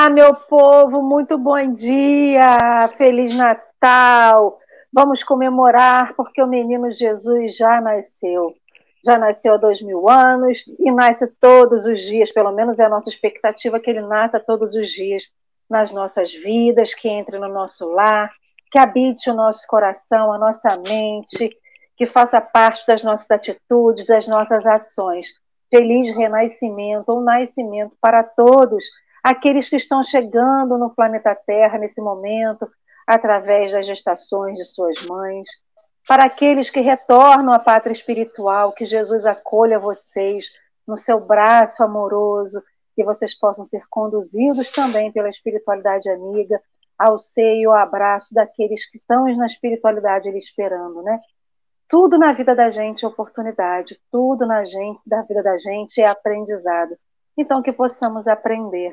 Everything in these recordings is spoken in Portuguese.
meu povo, muito bom dia, Feliz Natal. Vamos comemorar porque o menino Jesus já nasceu. Já nasceu há 2000 anos e nasce todos os dias, pelo menos é a nossa expectativa que ele nasça todos os dias nas nossas vidas, que entre no nosso lar, que habite o nosso coração, a nossa mente, que faça parte das nossas atitudes, das nossas ações. Feliz renascimento ou nascimento para todos aqueles que estão chegando no planeta Terra nesse momento, através das gestações de suas mães, para aqueles que retornam à pátria espiritual, que Jesus acolha vocês no seu braço amoroso, que vocês possam ser conduzidos também pela espiritualidade amiga ao seio, ao abraço daqueles que estão na espiritualidade ali esperando, né? Tudo na vida da gente é oportunidade, tudo na vida da gente é aprendizado. Então, que possamos aprender.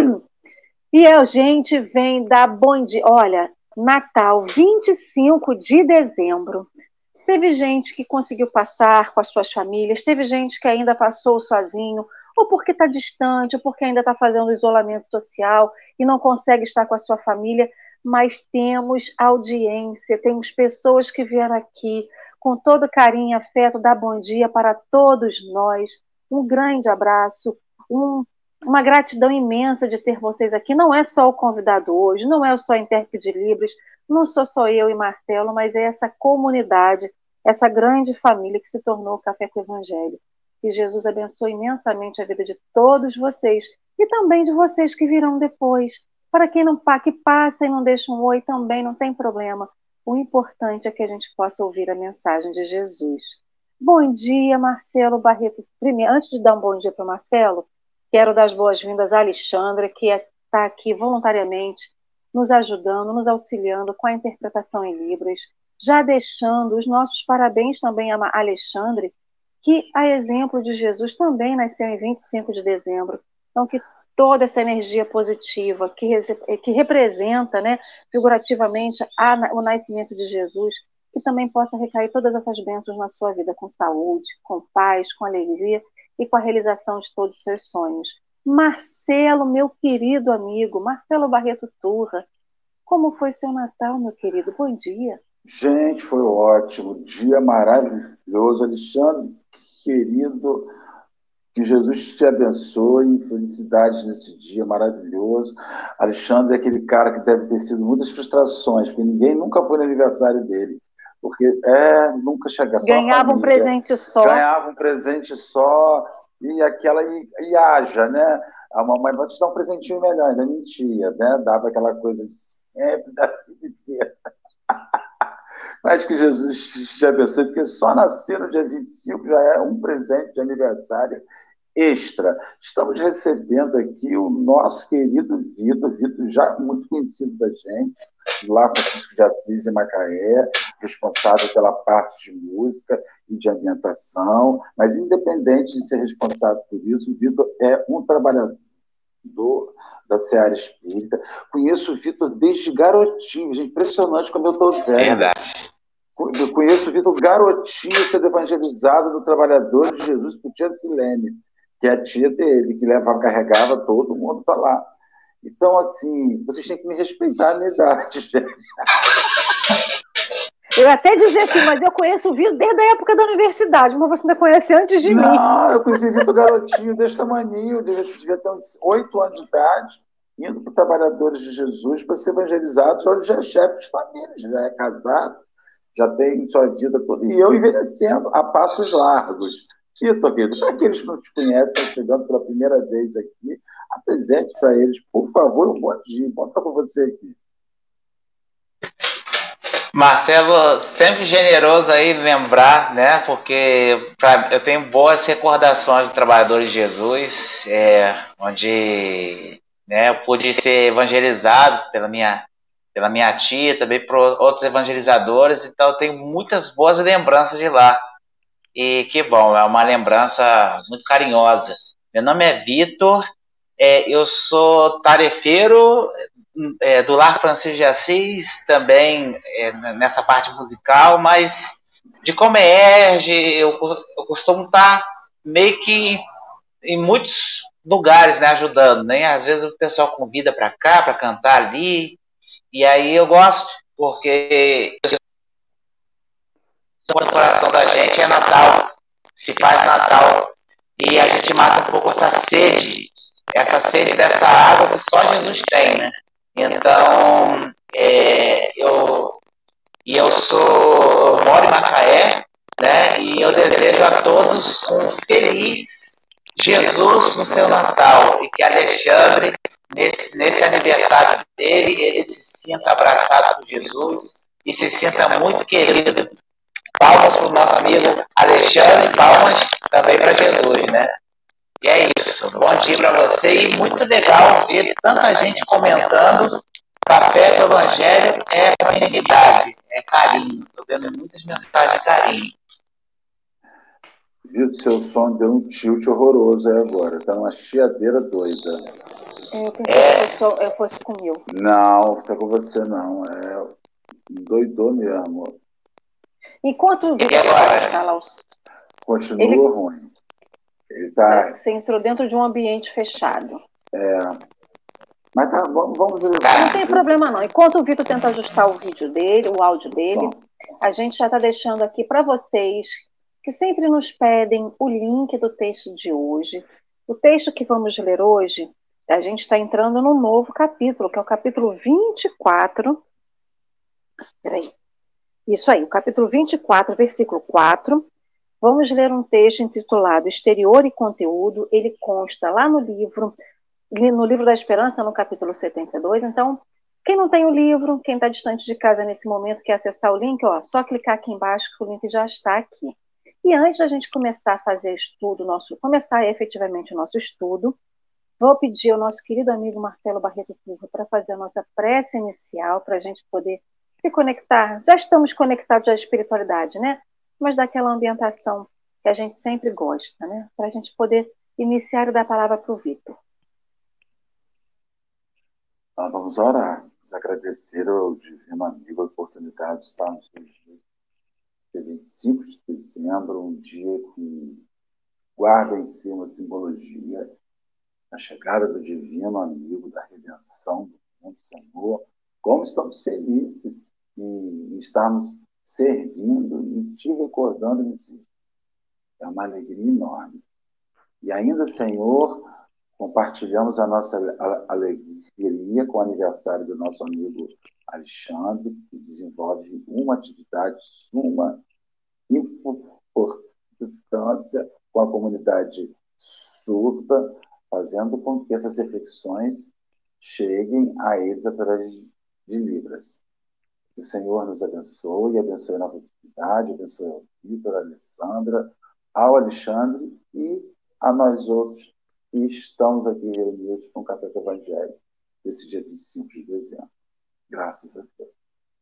E a gente vem dar bom dia. Olha, Natal, 25 de dezembro. Teve gente que conseguiu passar com as suas famílias, teve gente que ainda passou sozinho, ou porque está distante, ou porque ainda está fazendo isolamento social e não consegue estar com a sua família, mas temos audiência, temos pessoas que vieram aqui com todo carinho e afeto, dar bom dia para todos nós. Um grande abraço, uma gratidão imensa de ter vocês aqui. Não é só o convidado hoje, não é só o intérprete de Libras, não sou só eu e Marcelo, mas é essa comunidade, essa grande família que se tornou o Café com o Evangelho. Que Jesus abençoe imensamente a vida de todos vocês e também de vocês que virão depois. Para quem não que passa e não deixa um oi também, não tem problema. O importante é que a gente possa ouvir a mensagem de Jesus. Bom dia, Marcelo Barreto. Primeiro, antes de dar um bom dia para o Marcelo, quero dar as boas-vindas a Alexandra, que está aqui voluntariamente nos ajudando, nos auxiliando com a interpretação em Libras, já deixando os nossos parabéns também a Alexandre, que, a exemplo de Jesus, também nasceu em 25 de dezembro. Então, que toda essa energia positiva que representa, né, figurativamente o nascimento de Jesus, que também possa recair todas essas bênçãos na sua vida, com saúde, com paz, com alegria e com a realização de todos os seus sonhos. Marcelo, meu querido amigo, Marcelo Barreto Turra, como foi seu Natal, meu querido? Bom dia. Gente, foi ótimo, dia maravilhoso. Alexandre, querido, que Jesus te abençoe, felicidades nesse dia maravilhoso. Alexandre é aquele cara que deve ter sido muitas frustrações, porque ninguém nunca foi no aniversário dele, porque nunca chega só ganhava um presente só. Ganhava um presente só, e aquela e haja, né? A mamãe vai te dar um presentinho melhor, ainda mentia, né? Dava aquela coisa de sempre da vida inteira. Mas que Jesus te abençoe, porque só nascer no dia 25 já é um presente de aniversário extra. Estamos recebendo aqui o nosso querido Vitor, já muito conhecido da gente, lá Francisco de Assis em Macaé, responsável pela parte de música e de ambientação, mas independente de ser responsável por isso, o Vitor é um trabalhador da Seara Espírita. Conheço o Vitor desde garotinho, gente, impressionante como eu estou velho. Verdade. Eu conheço o Vitor garotinho sendo evangelizado do Trabalhador de Jesus por tia Silene, que é a tia dele, que carregava todo mundo para lá. Então, assim, vocês têm que me respeitar a minha idade, gente. Eu até dizer assim, mas eu conheço o Vitor desde a época da universidade, mas você ainda conhece antes de mim. Não, eu conheci o Vitor garotinho, desse tamaninho, devia ter uns 8 anos de idade, indo para Trabalhadores de Jesus para ser evangelizado. Hoje já é chefe de família, já é casado, já tem sua vida toda, e eu envelhecendo a passos largos. Vitor, querido, para aqueles que não te conhecem, estão chegando pela primeira vez aqui, apresente para eles, por favor, um bom dia. Bom estar com você aqui. Marcelo, sempre generoso aí lembrar, né? Porque eu tenho boas recordações do Trabalhadores de Jesus, onde, né, eu pude ser evangelizado pela minha tia, também por outros evangelizadores, então eu tenho muitas boas lembranças de lá. E que bom, é uma lembrança muito carinhosa. Meu nome é Vitor, eu sou tarefeiro do Lar Francisco de Assis, também nessa parte musical, mas de Comerge, eu costumo estar meio que em muitos lugares, né, ajudando, né? Às vezes o pessoal convida para cá, para cantar ali, e aí eu gosto, porque o coração da gente é Natal, se faz Natal, e a gente mata um pouco essa sede dessa água que só Jesus tem, né? Então, eu moro em Macaé, né? E eu desejo a todos um feliz Jesus no seu Natal e que Alexandre, nesse aniversário dele, ele se sinta abraçado por Jesus e se sinta muito querido. Palmas para o nosso amigo Alexandre, palmas também para Jesus, né? E é isso. Bom dia para você e muito legal ver tanta gente comentando. Café com o Evangelho é afinidade, é carinho. Estou vendo muitas mensagens de carinho. Viu? Seu som deu um tilt horroroso aí agora. Tá uma chiadeira doida. Eu pensei que eu fosse comigo. Não, tá com você não. Doidou mesmo. Enquanto o Vitor está lá, continua ruim. Ele tá... Você entrou dentro de um ambiente fechado. Mas tá, vamos... Não tem problema não. Enquanto o Vitor tenta ajustar o vídeo dele, o áudio dele, a gente já está deixando aqui para vocês que sempre nos pedem o link do texto de hoje. O texto que vamos ler hoje, a gente está entrando num novo capítulo, que é o capítulo 24. Peraí. Isso aí, o capítulo 24, versículo 4. Vamos ler um texto intitulado Exterior e Conteúdo. Ele consta lá no livro da Esperança, no capítulo 72. Então, quem não tem o livro, quem está distante de casa nesse momento, quer acessar o link, só clicar aqui embaixo que o link já está aqui. E antes da gente começar a fazer começar efetivamente o nosso estudo, vou pedir ao nosso querido amigo Marcelo Barreto Turra para fazer a nossa prece inicial, para a gente poder se conectar. Já estamos conectados à espiritualidade, né? Mas daquela ambientação que a gente sempre gosta, né? Para a gente poder iniciar e dar a palavra para o Vitor. Nós vamos orar. Vamos agradecer ao divino amigo a oportunidade de estarmos juntos. Dia 25 de dezembro, um dia que guarda em si uma simbologia da chegada do divino amigo, da redenção do mundo, Senhor. Como estamos felizes em estarmos servindo e te recordando nesse dia. É uma alegria enorme. E ainda, Senhor, compartilhamos a nossa alegria com o aniversário do nosso amigo Alexandre, que desenvolve uma atividade de suma importância com a comunidade surda, fazendo com que essas reflexões cheguem a eles através de Libras. Que o Senhor nos abençoe, abençoe a nossa atividade, abençoe ao Vitor, a Alessandra, ao Alexandre e a nós outros que estamos aqui reunidos com o Café com o Evangelho, nesse dia 25 de dezembro. Graças a Deus.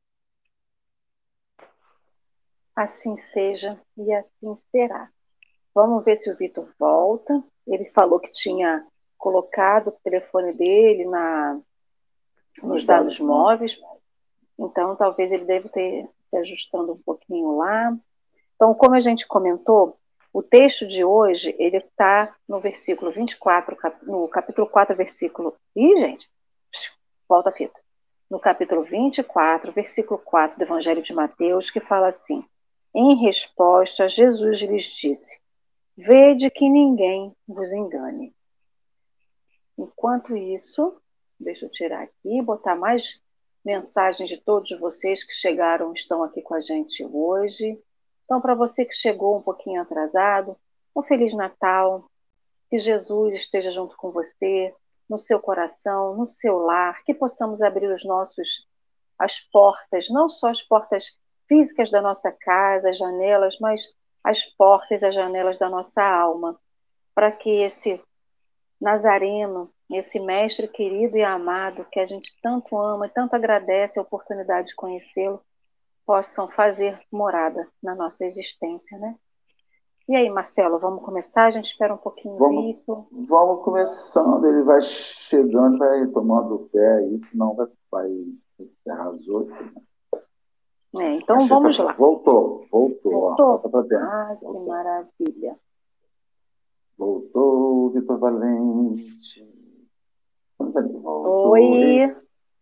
Assim seja e assim será. Vamos ver se o Vitor volta. Ele falou que tinha colocado o telefone dele nos dados móveis. Então, talvez ele deva ter se ajustando um pouquinho lá. Então, como a gente comentou, o texto de hoje, ele está no versículo 24, no capítulo 4, versículo... Ih, gente, volta a fita. No capítulo 24, versículo 4 do Evangelho de Mateus, que fala assim: em resposta, Jesus lhes disse: vede que ninguém vos engane. Enquanto isso, deixa eu tirar aqui e botar mais mensagens de todos vocês que chegaram, estão aqui com a gente hoje. Então, para você que chegou um pouquinho atrasado, um Feliz Natal, que Jesus esteja junto com você, no seu coração, no seu lar, que possamos abrir as portas, não só as portas físicas da nossa casa, as janelas, mas as portas e as janelas da nossa alma, para que esse Nazareno, esse mestre querido e amado, que a gente tanto ama e tanto agradece a oportunidade de conhecê-lo, possam fazer morada na nossa existência, né? E aí, Marcelo, vamos começar? A gente espera um pouquinho o Vitor. Vamos começando, ele vai chegando, vai tomando o pé aí, senão vai encerrar as outras. Então vamos lá. Voltou. Volta para dentro. Ah, que maravilha. Voltou, Vitor Valente. Vamos ali, voltou. Oi,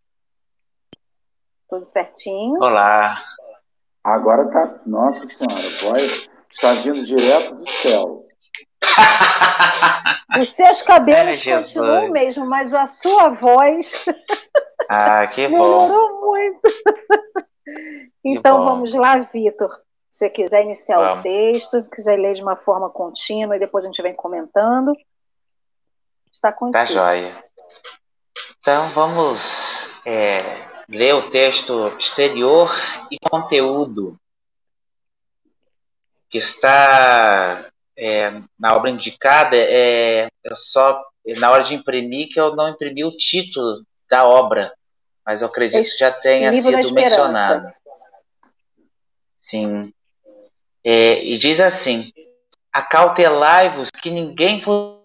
tudo certinho? Olá. Agora tá. Nossa Senhora, a voz está vindo direto do céu. Os seus cabelos Jesus. continuam o mesmo, mas a sua voz Que bom. melhorou muito. Então bom. vamos lá, Vitor. Se você quiser iniciar o Vamos. texto, quiser ler de uma forma contínua e depois a gente vem comentando, está Tá contigo. joia. Então vamos ler o texto exterior e conteúdo que está na obra indicada. Só na hora de imprimir que eu não imprimi o título da obra, mas eu acredito que já tenha Livro da sido Esperança. mencionado. Sim. E diz assim: acautelai-vos que ninguém vos...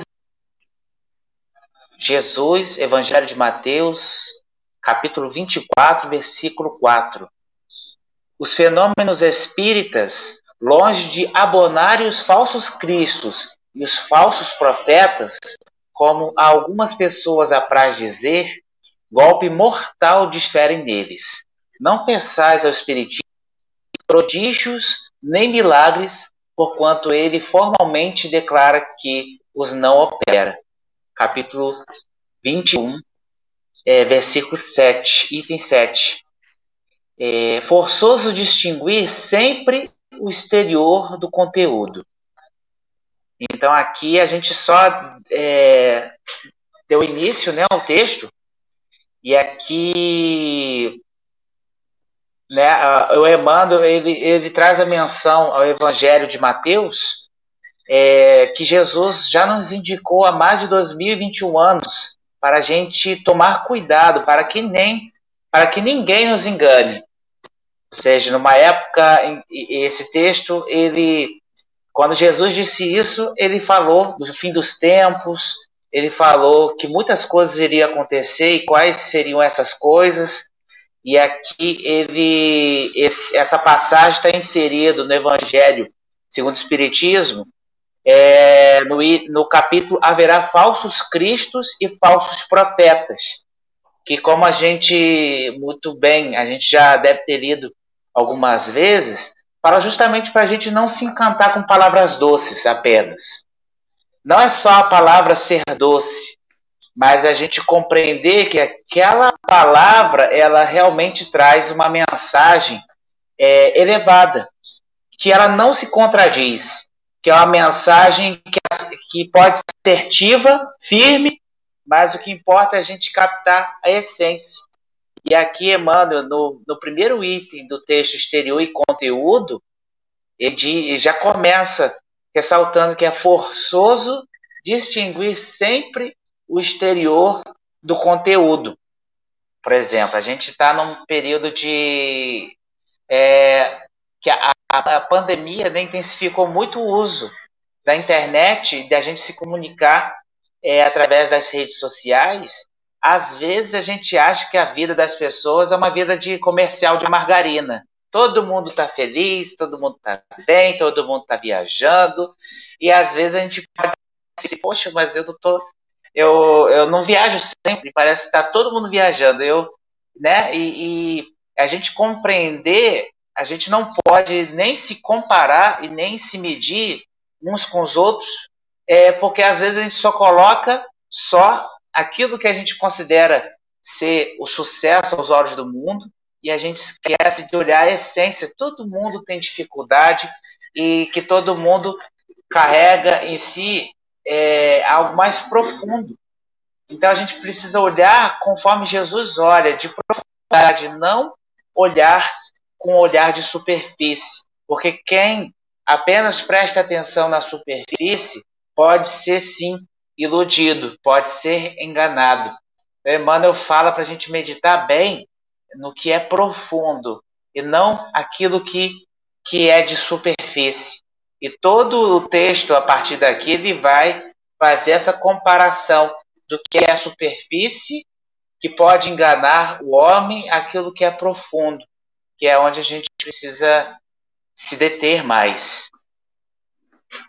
Jesus, Evangelho de Mateus, capítulo 24, versículo 4. Os fenômenos espíritas, longe de abonarem os falsos cristos e os falsos profetas, como algumas pessoas apraz dizer, golpe mortal desferem neles. Não pensais ao espiritismo prodígios nem milagres, porquanto ele formalmente declara que os não opera. Capítulo 21, versículo 7, item 7. Forçoso distinguir sempre o exterior do conteúdo. Então aqui a gente só deu início, né, ao texto, e aqui, né, o Emmanuel ele traz a menção ao Evangelho de Mateus, que Jesus já nos indicou há mais de 2021 anos para a gente tomar cuidado, para que ninguém nos engane. Ou seja, numa época, esse texto, quando Jesus disse isso, ele falou do fim dos tempos, ele falou que muitas coisas iriam acontecer e quais seriam essas coisas. E aqui essa passagem está inserida no Evangelho segundo o Espiritismo, no capítulo haverá falsos cristos e falsos profetas, que como a gente já deve ter lido algumas vezes, fala justamente para a gente não se encantar com palavras doces apenas. Não é só a palavra ser doce, mas a gente compreender que aquela palavra ela realmente traz uma mensagem elevada, que ela não se contradiz, que é uma mensagem que pode ser assertiva, firme, mas o que importa é a gente captar a essência. E aqui, Emmanuel, no primeiro item do texto exterior e conteúdo, ele já começa ressaltando que é forçoso distinguir sempre o exterior do conteúdo. Por exemplo, a gente está num período que a pandemia, né, intensificou muito o uso da internet, da gente se comunicar através das redes sociais. Às vezes a gente acha que a vida das pessoas é uma vida de comercial de margarina. Todo mundo está feliz, todo mundo está bem, todo mundo está viajando. E às vezes a gente pode dizer, poxa, mas eu não viajo sempre, parece que está todo mundo viajando. Né? E a gente compreender, a gente não pode nem se comparar e nem se medir uns com os outros, porque às vezes a gente só coloca aquilo que a gente considera ser o sucesso aos olhos do mundo e a gente esquece de olhar a essência. Todo mundo tem dificuldade e que todo mundo carrega em si algo mais profundo. Então a gente precisa olhar conforme Jesus olha, de profundidade, não olhar com um olhar de superfície. Porque quem apenas presta atenção na superfície pode ser, sim, iludido, pode ser enganado. O Emmanuel fala para a gente meditar bem no que é profundo e não aquilo que é de superfície. E todo o texto, a partir daqui, ele vai fazer essa comparação do que é a superfície, que pode enganar o homem, aquilo que é profundo, que é onde a gente precisa se deter mais.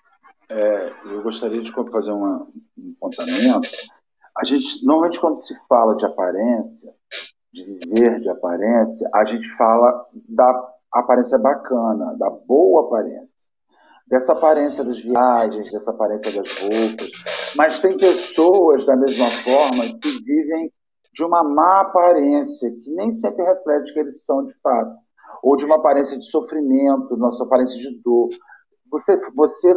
Eu gostaria de fazer um apontamento. A gente, normalmente, quando se fala de aparência, de viver de aparência, a gente fala da aparência bacana, da boa aparência, dessa aparência das viagens, dessa aparência das roupas. Mas tem pessoas, da mesma forma, que vivem de uma má aparência, que nem sempre reflete o que eles são de fato, ou de uma aparência de sofrimento, nossa aparência de dor. Você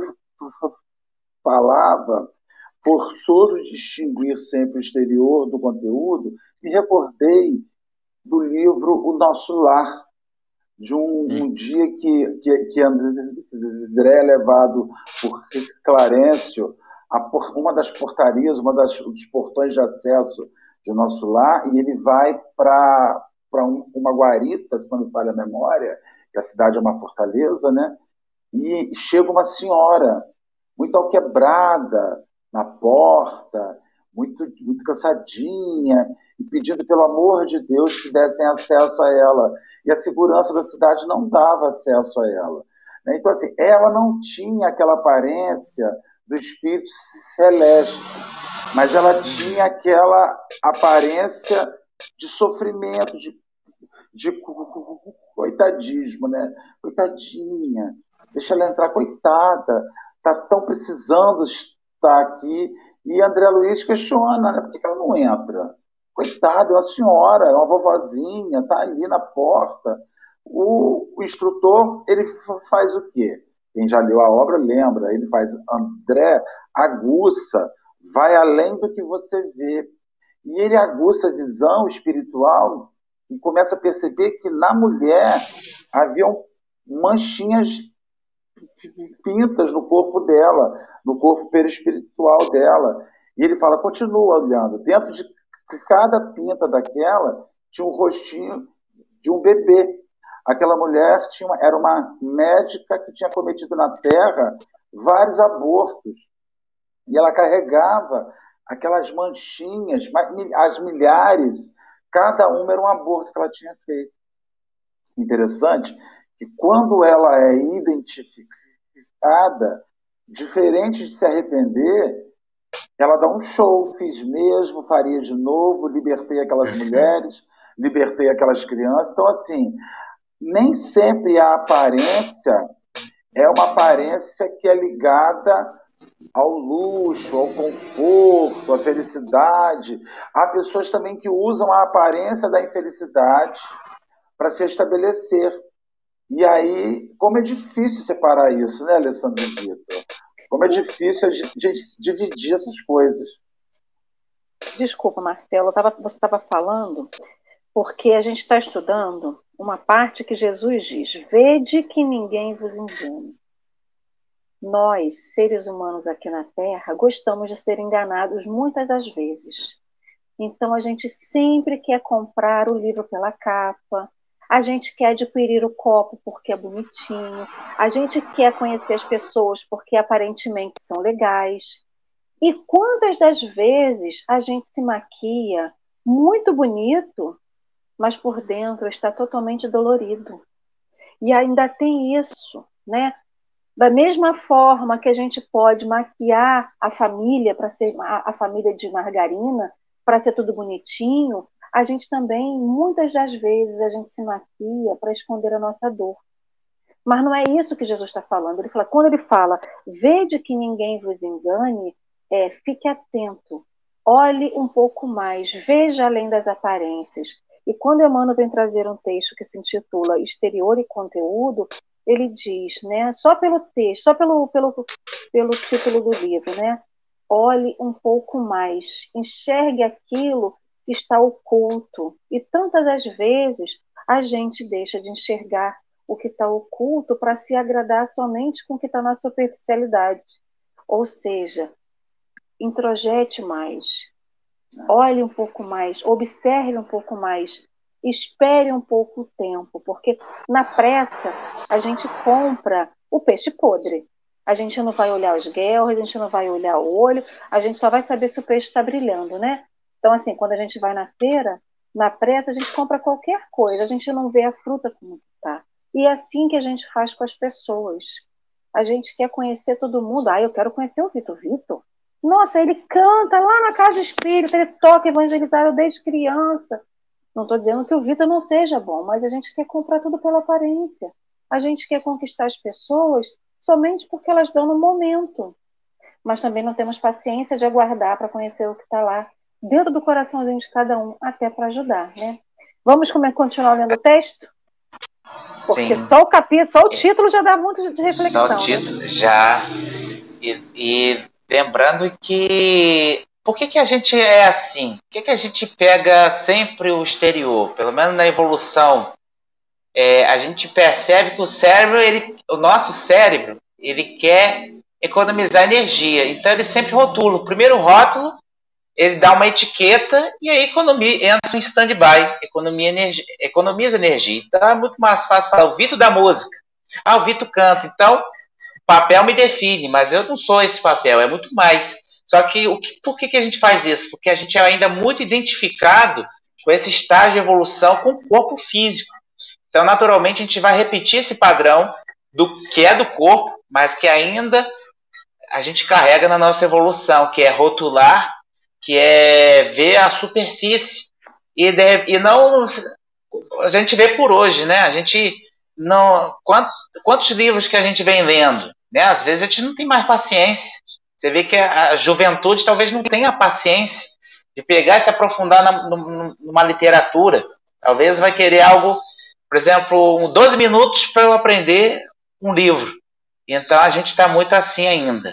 falava forçoso distinguir sempre o exterior do conteúdo, me recordei do livro O Nosso Lar, de um dia que André é levado por Clarencio a uma das portarias, dos portões de acesso de Nosso Lar, e ele vai para uma guarita, se não me falha a memória, que a cidade é uma fortaleza, né? E chega uma senhora muito alquebrada na porta, muito cansadinha, e pedindo pelo amor de Deus que dessem acesso a ela. E a segurança da cidade não dava acesso a ela. Então, assim, ela não tinha aquela aparência do espírito celeste, mas ela tinha aquela aparência de sofrimento, de coitadismo, né? Coitadinha, deixa ela entrar, coitada, está tão precisando estar aqui. E André Luiz questiona, né? Por que ela não entra? Coitada, é uma senhora, é uma vovozinha, está ali na porta. O instrutor, ele faz o quê? Quem já leu a obra lembra, ele faz André aguça, vai além do que você vê. E ele aguça a visão espiritual e começa a perceber que na mulher haviam manchinhas pintas no corpo dela, no corpo perispiritual dela. E ele fala, continua olhando. Dentro de cada pinta daquela tinha um rostinho de um bebê. Aquela mulher era uma médica que tinha cometido na Terra vários abortos. E ela carregava aquelas manchinhas, as milhares, cada uma era um aborto que ela tinha feito. Interessante que quando ela é identificada, diferente de se arrepender, ela dá um show, fiz mesmo, faria de novo, libertei aquelas mulheres, libertei aquelas crianças. Então, assim, nem sempre a aparência é uma aparência que é ligada ao luxo, ao conforto, à felicidade. Há pessoas também que usam a aparência da infelicidade para se estabelecer. E aí, como é difícil separar isso, né, Alessandro e Vitor? Como é difícil a gente dividir essas coisas. Desculpa, Marcelo, você estava falando porque a gente está estudando uma parte que Jesus diz: vede que ninguém vos engane. Nós, seres humanos aqui na Terra, gostamos de ser enganados muitas das vezes. Então, a gente sempre quer comprar o livro pela capa, a gente quer adquirir o copo porque é bonitinho, a gente quer conhecer as pessoas porque aparentemente são legais. E quantas das vezes a gente se maquia muito bonito, mas por dentro está totalmente dolorido. E ainda tem isso, né? Da mesma forma que a gente pode maquiar a família para ser a família de margarina, para ser tudo bonitinho, a gente também, muitas das vezes, a gente se maquia para esconder a nossa dor. Mas não é isso que Jesus está falando. Quando ele fala, vede que ninguém vos engane, fique atento, olhe um pouco mais, veja além das aparências. E quando Emmanuel vem trazer um texto que se intitula Exterior e Conteúdo, ele diz, né, só pelo texto, só pelo título do livro, né, olhe um pouco mais, enxergue aquilo que está oculto. E tantas as vezes a gente deixa de enxergar o que está oculto para se agradar somente com o que está na superficialidade. Ou seja, introjete mais, olhe um pouco mais, observe um pouco mais, espere um pouco o tempo, porque na pressa a gente compra o peixe podre. A gente não vai olhar os guelros, a gente não vai olhar o olho, a gente só vai saber se o peixe está brilhando, né? Então, assim, quando a gente vai na feira, na pressa, a gente compra qualquer coisa, a gente não vê a fruta como está. E é assim que a gente faz com as pessoas. A gente quer conhecer todo mundo. Ah, eu quero conhecer o Vitor. Vitor? Nossa, ele canta lá na casa espírita, ele toca evangelizar desde criança. Não estou dizendo que o Vitor não seja bom, mas a gente quer comprar tudo pela aparência. A gente quer conquistar as pessoas somente porque elas dão no momento. Mas também não temos paciência de aguardar para conhecer o que está lá dentro do coraçãozinho de cada um, até para ajudar, né? Vamos continuar lendo o texto? Porque Sim. só o capítulo, só o título já dá muito de reflexão. Só o título, né? já. E lembrando que... Por que a gente é assim? Por que a gente pega sempre o exterior? Pelo menos na evolução, a gente percebe que o nosso cérebro, ele quer economizar energia. Então ele sempre rotula. O primeiro rótulo, ele dá uma etiqueta e aí entra em stand-by, economiza energia. Então é muito mais fácil falar o Vitor da música. Ah, o Vitor canta. Então, o papel me define, mas eu não sou esse papel, é muito mais. Só que por que a gente faz isso? Porque a gente é ainda muito identificado com esse estágio de evolução com o corpo físico. Então, naturalmente, a gente vai repetir esse padrão que é do corpo, mas que ainda a gente carrega na nossa evolução, que é rotular, que é ver a superfície. E não... A gente vê por hoje, né? A gente não... Quantos livros que a gente vem lendo? Né? Às vezes a gente não tem mais paciência. Você vê que a juventude talvez não tenha paciência de pegar e se aprofundar numa literatura. Talvez vai querer algo, por exemplo, 12 minutos para eu aprender um livro. Então a gente está muito assim ainda.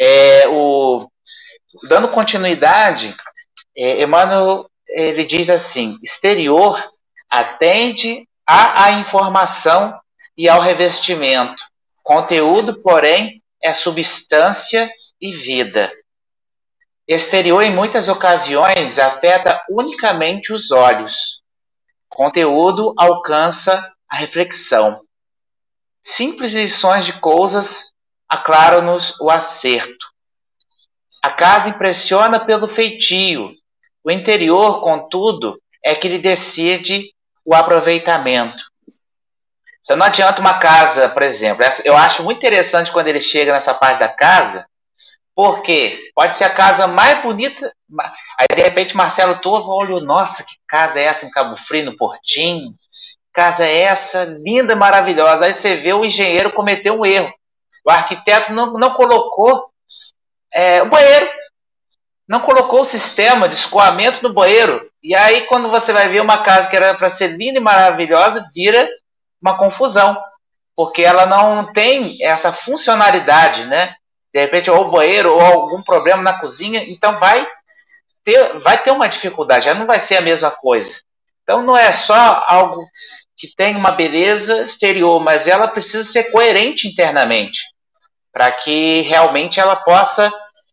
Dando continuidade, Emmanuel ele diz assim: exterior atende à informação e ao revestimento. Conteúdo, porém, é substância e vida. Exterior, em muitas ocasiões, afeta unicamente os olhos. Conteúdo alcança a reflexão. Simples lições de coisas aclaram-nos o acerto. A casa impressiona pelo feitio. O interior, contudo, é que lhe decide o aproveitamento. Então não adianta uma casa, por exemplo. Eu acho muito interessante quando ele chega nessa parte da casa, porque pode ser a casa mais bonita. Aí de repente Marcelo Torvo olha, nossa, que casa é essa em Cabo Frio, no Portinho? Casa é essa, linda, maravilhosa. Aí você vê o engenheiro cometer um erro. O arquiteto não colocou o banheiro. Não colocou o sistema de escoamento no banheiro. E aí, quando você vai ver uma casa que era para ser linda e maravilhosa, vira uma confusão. Porque ela não tem essa funcionalidade, né? De repente, ou o banheiro, ou algum problema na cozinha. Então, vai ter uma dificuldade. Já não vai ser a mesma coisa. Então, não é só algo que tem uma beleza exterior, mas ela precisa ser coerente internamente. Para que realmente ela possa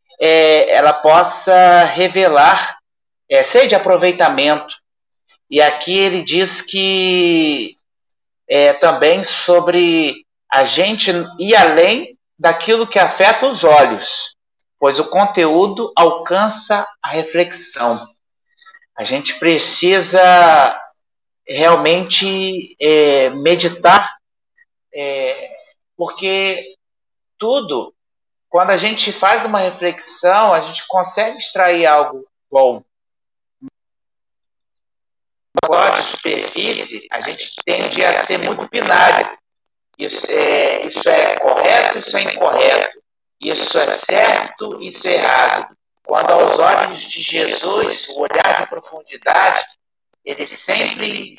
revelar, ser de aproveitamento. E aqui ele diz que também sobre a gente ir além daquilo que afeta os olhos, pois o conteúdo alcança a reflexão. A gente precisa realmente meditar, porque tudo, quando a gente faz uma reflexão, a gente consegue extrair algo bom. Na superfície, a gente tende a ser muito binário. Isso é correto, isso é incorreto. Isso é certo, isso é errado. Quando aos olhos de Jesus, o olhar de profundidade, ele sempre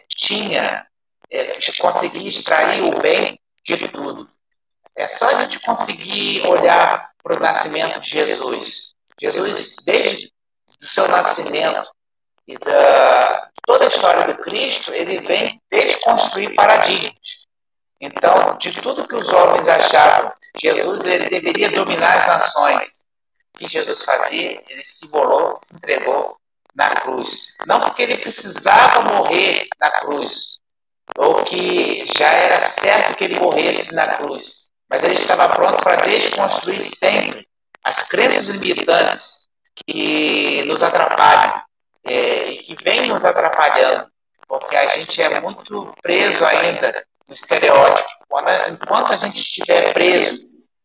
conseguia extrair o bem de tudo. É só a gente conseguir olhar para o nascimento de Jesus. Jesus, desde o seu nascimento e toda a história do Cristo, ele vem desconstruir paradigmas. Então, de tudo que os homens achavam, Jesus ele deveria dominar as nações. O que Jesus fazia? Ele se imolou, se entregou na cruz. Não porque ele precisava morrer na cruz, ou que já era certo que ele morresse na cruz, mas ele estava pronto para desconstruir sempre as crenças limitantes que nos atrapalham, e que vêm nos atrapalhando, porque a gente é muito preso ainda no estereótipo. Enquanto a gente estiver preso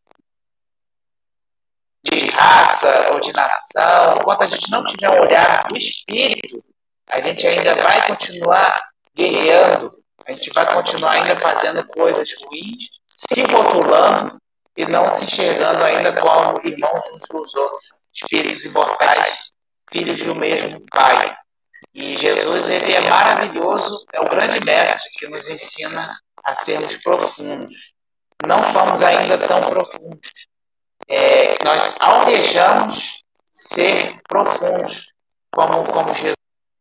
de raça ou de nação, enquanto a gente não tiver um olhar do espírito, a gente ainda vai continuar guerreando, a gente vai continuar ainda fazendo coisas ruins, se rotulando e não se enxergando ainda como irmãos uns dos outros, espíritos imortais, filhos do mesmo Pai. E Jesus, ele é maravilhoso, é o grande mestre que nos ensina a sermos profundos. Não somos ainda tão profundos. Nós almejamos ser profundos, como Jesus,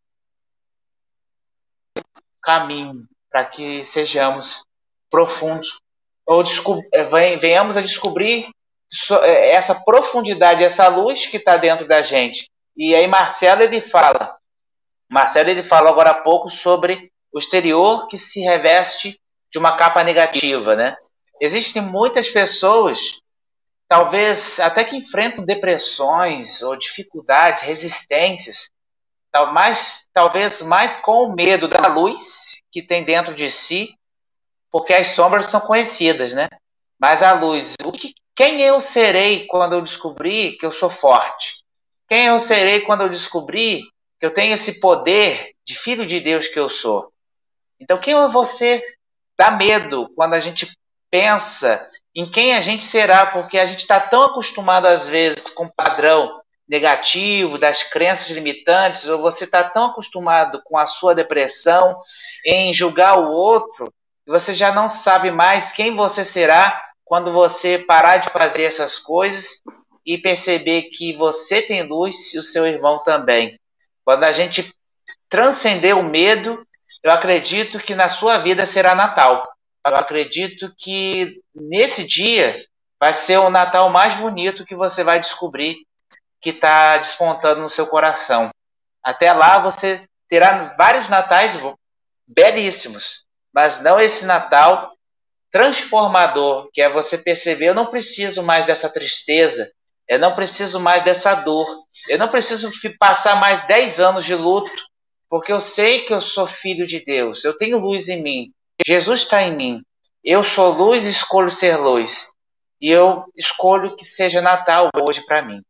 caminho para que sejamos profundos, ou venhamos a descobrir essa profundidade, essa luz que está dentro da gente. E aí Marcelo ele fala agora há pouco sobre o exterior que se reveste de uma capa negativa, né? Existem muitas pessoas, talvez até que enfrentam depressões ou dificuldades, resistências, talvez mais com o medo da luz que tem dentro de si, porque as sombras são conhecidas, né? Mas a luz, quem eu serei quando eu descobrir que eu sou forte? Quem eu serei quando eu descobrir que eu tenho esse poder de filho de Deus que eu sou? Então, quem é você? Dá medo quando a gente pensa em quem a gente será, porque a gente está tão acostumado, às vezes, com o padrão negativo, das crenças limitantes, ou você está tão acostumado com a sua depressão, em julgar o outro, que você já não sabe mais quem você será quando você parar de fazer essas coisas e perceber que você tem luz e o seu irmão também. Quando a gente transcender o medo, eu acredito que na sua vida será Natal. Eu acredito que nesse dia vai ser o Natal mais bonito que você vai descobrir que está despontando no seu coração. Até lá você terá vários natais belíssimos, mas não esse Natal transformador, que é você perceber, eu não preciso mais dessa tristeza, eu não preciso mais dessa dor, eu não preciso passar mais 10 anos de luto, porque eu sei que eu sou filho de Deus, eu tenho luz em mim, Jesus está em mim, eu sou luz e escolho ser luz, e eu escolho que seja Natal hoje para mim.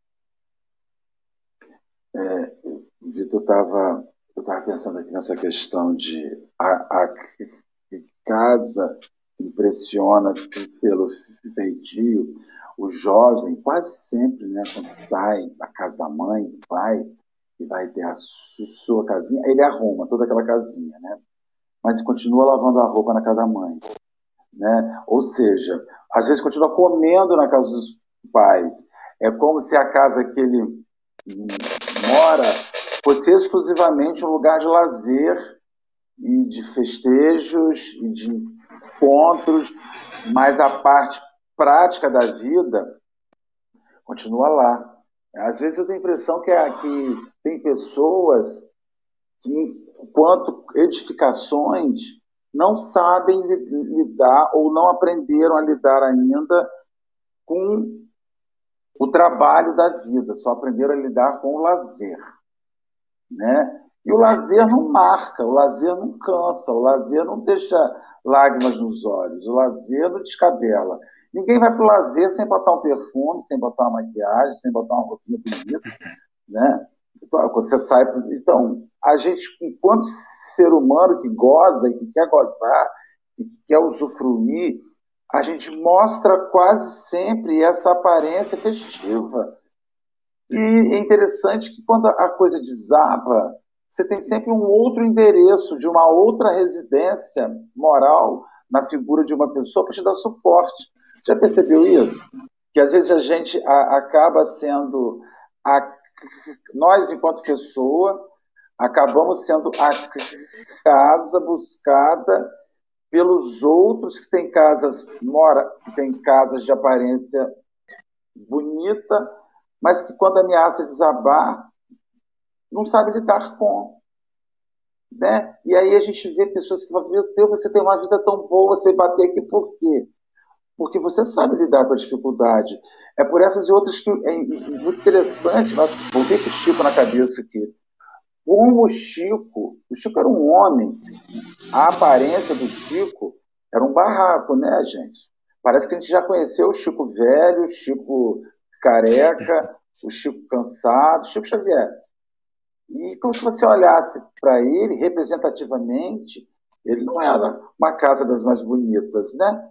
Vitor, eu estava pensando aqui nessa questão de a casa impressiona pelo feitio. O jovem, quase sempre, né, quando sai da casa da mãe, do pai, e vai ter a sua casinha, ele arruma toda aquela casinha, né? Mas continua lavando a roupa na casa da mãe, né? Ou seja, às vezes continua comendo na casa dos pais. É como se a casa que ele mora fosse exclusivamente um lugar de lazer e de festejos e de encontros, mas a parte prática da vida continua lá. Às vezes eu tenho a impressão que tem pessoas que, quanto edificações, não sabem lidar ou não aprenderam a lidar ainda com o trabalho da vida, só aprenderam a lidar com o lazer, né? E o lazer não marca, o lazer não cansa, o lazer não deixa lágrimas nos olhos, o lazer não descabela. Ninguém vai para o lazer sem botar um perfume, sem botar uma maquiagem, sem botar uma roupinha bonita, né? Quando você sai... Então, a gente, enquanto ser humano que goza e que quer gozar e que quer usufruir, a gente mostra quase sempre essa aparência festiva. E é interessante que quando a coisa desaba, você tem sempre um outro endereço de uma outra residência moral na figura de uma pessoa para te dar suporte. Você já percebeu isso? Que às vezes a gente acaba sendo... Nós, enquanto pessoa, acabamos sendo a casa buscada pelos outros que têm casas de aparência bonita, mas que quando ameaça desabar, não sabe lidar com. Né? E aí a gente vê pessoas que falam, meu Deus, você tem uma vida tão boa, você vai bater aqui por quê? Porque você sabe lidar com a dificuldade. É por essas e outras que é muito interessante, mas vou ver com o Chico na cabeça aqui. Como o Chico era um homem, a aparência do Chico Era um barraco, né, gente? Parece que a gente já conheceu o Chico velho, o Chico careca, o Chico cansado, o Chico Xavier. E, então, se você olhasse para ele representativamente, ele não era uma casa das mais bonitas, né?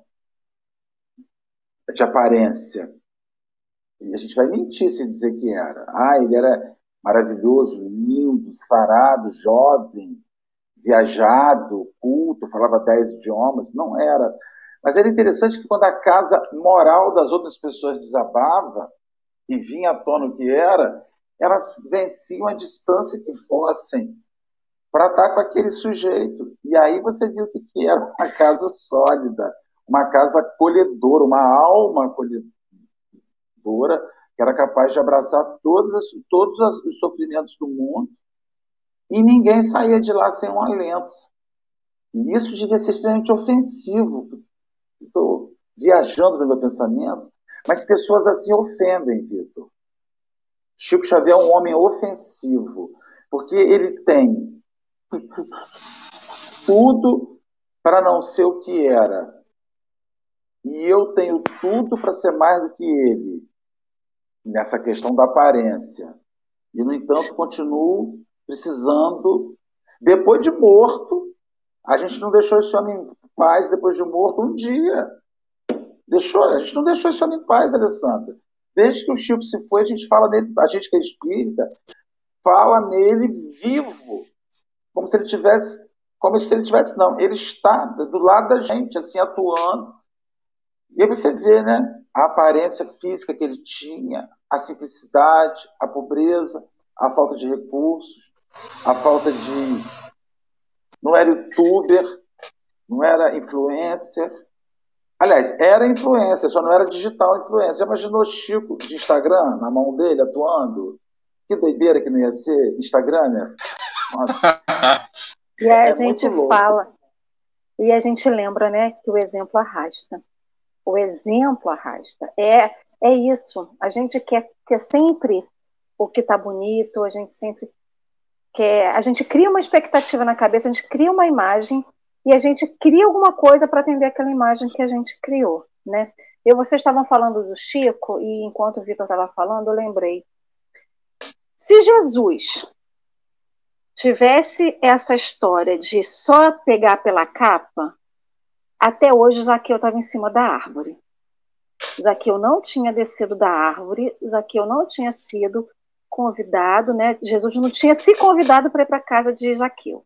De aparência. E a gente vai mentir se dizer que era. Ah, ele era maravilhoso, lindo, sarado, jovem, viajado, culto, falava 10 idiomas. Não era. Mas era interessante que quando a casa moral das outras pessoas desabava e vinha à tona o que era, elas venciam a distância que fossem para estar com aquele sujeito. E aí você viu o que era uma casa sólida, uma casa acolhedora, uma alma acolhedora, que era capaz de abraçar todos os sofrimentos do mundo, e ninguém saía de lá sem um alento. E isso devia ser extremamente ofensivo. Estou viajando no meu pensamento, mas pessoas assim ofendem, Vitor. Chico Xavier é um homem ofensivo, porque ele tem tudo para não ser o que era. E eu tenho tudo para ser mais do que ele, nessa questão da aparência. E, no entanto, continuo precisando. Depois de morto, a gente não deixou esse homem em paz depois de morto um dia. A gente não deixou esse homem em paz, Alessandra. Desde que o Chico se foi, a gente fala nele, a gente que é espírita, fala nele vivo, como se ele tivesse, não, ele está do lado da gente, assim, atuando. E aí você vê, né, a aparência física que ele tinha, a simplicidade, a pobreza, a falta de recursos, a falta de... Não era youtuber, não era influencer. Aliás, era influencer, só não era digital influencer. Já imaginou Chico de Instagram na mão dele, atuando? Que doideira que não ia ser Instagramer. Nossa. E a gente fala, e a gente lembra, né, que o exemplo arrasta. O exemplo arrasta. É isso. A gente quer sempre o que está bonito, a gente sempre quer. A gente cria uma expectativa na cabeça, a gente cria uma imagem e a gente cria alguma coisa para atender aquela imagem que a gente criou, né? Vocês estavam falando do Chico, e enquanto o Vitor estava falando, eu lembrei. Se Jesus tivesse essa história de só pegar pela capa, até hoje Zaqueu estava em cima da árvore. Zaqueu não tinha descido da árvore, Zaqueu não tinha sido convidado, né? Jesus não tinha se convidado para ir para a casa de Zaqueu.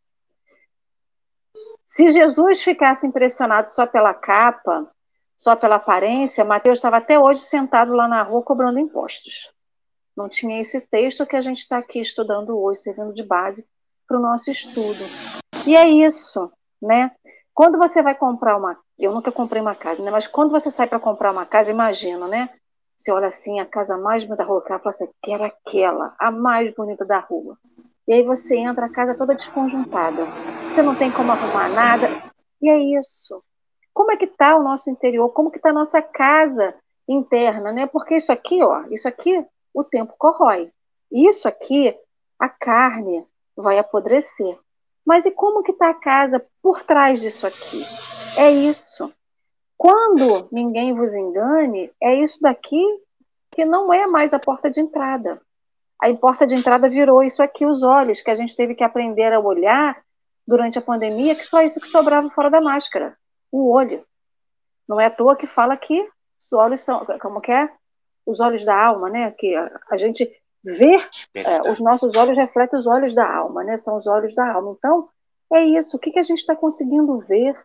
Se Jesus ficasse impressionado só pela capa, só pela aparência, Mateus estava até hoje sentado lá na rua cobrando impostos. Não tinha esse texto que a gente está aqui estudando hoje, servindo de base para o nosso estudo. E é isso, né? Quando você vai comprar eu nunca comprei uma casa, né? Mas quando você sai para comprar uma casa, imagina, né? Você olha assim, a casa mais bonita da rua, fala assim, quero aquela, a mais bonita da rua. E aí você entra, a casa toda desconjuntada. Você não tem como arrumar nada. E é isso. Como é que está o nosso interior? Como que está a nossa casa interna, né? Porque isso aqui, o tempo corrói. Isso aqui, a carne vai apodrecer. Mas e como que está a casa por trás disso aqui? É isso. Quando ninguém vos engane, é isso daqui que não é mais a porta de entrada. A porta de entrada virou isso aqui, os olhos, que a gente teve que aprender a olhar durante a pandemia, que só isso que sobrava fora da máscara, o olho. Não é à toa que fala que os olhos são, como que é? Os olhos da alma, né? Que a gente vê, os nossos olhos refletem os olhos da alma, né? São os olhos da alma. Então, é isso. O que a gente está conseguindo ver?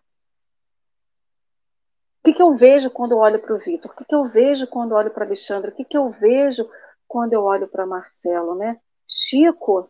O que eu vejo quando eu olho para o Vitor? O que eu vejo quando eu olho para Alexandre? O que eu vejo quando eu olho para Marcelo, né? Chico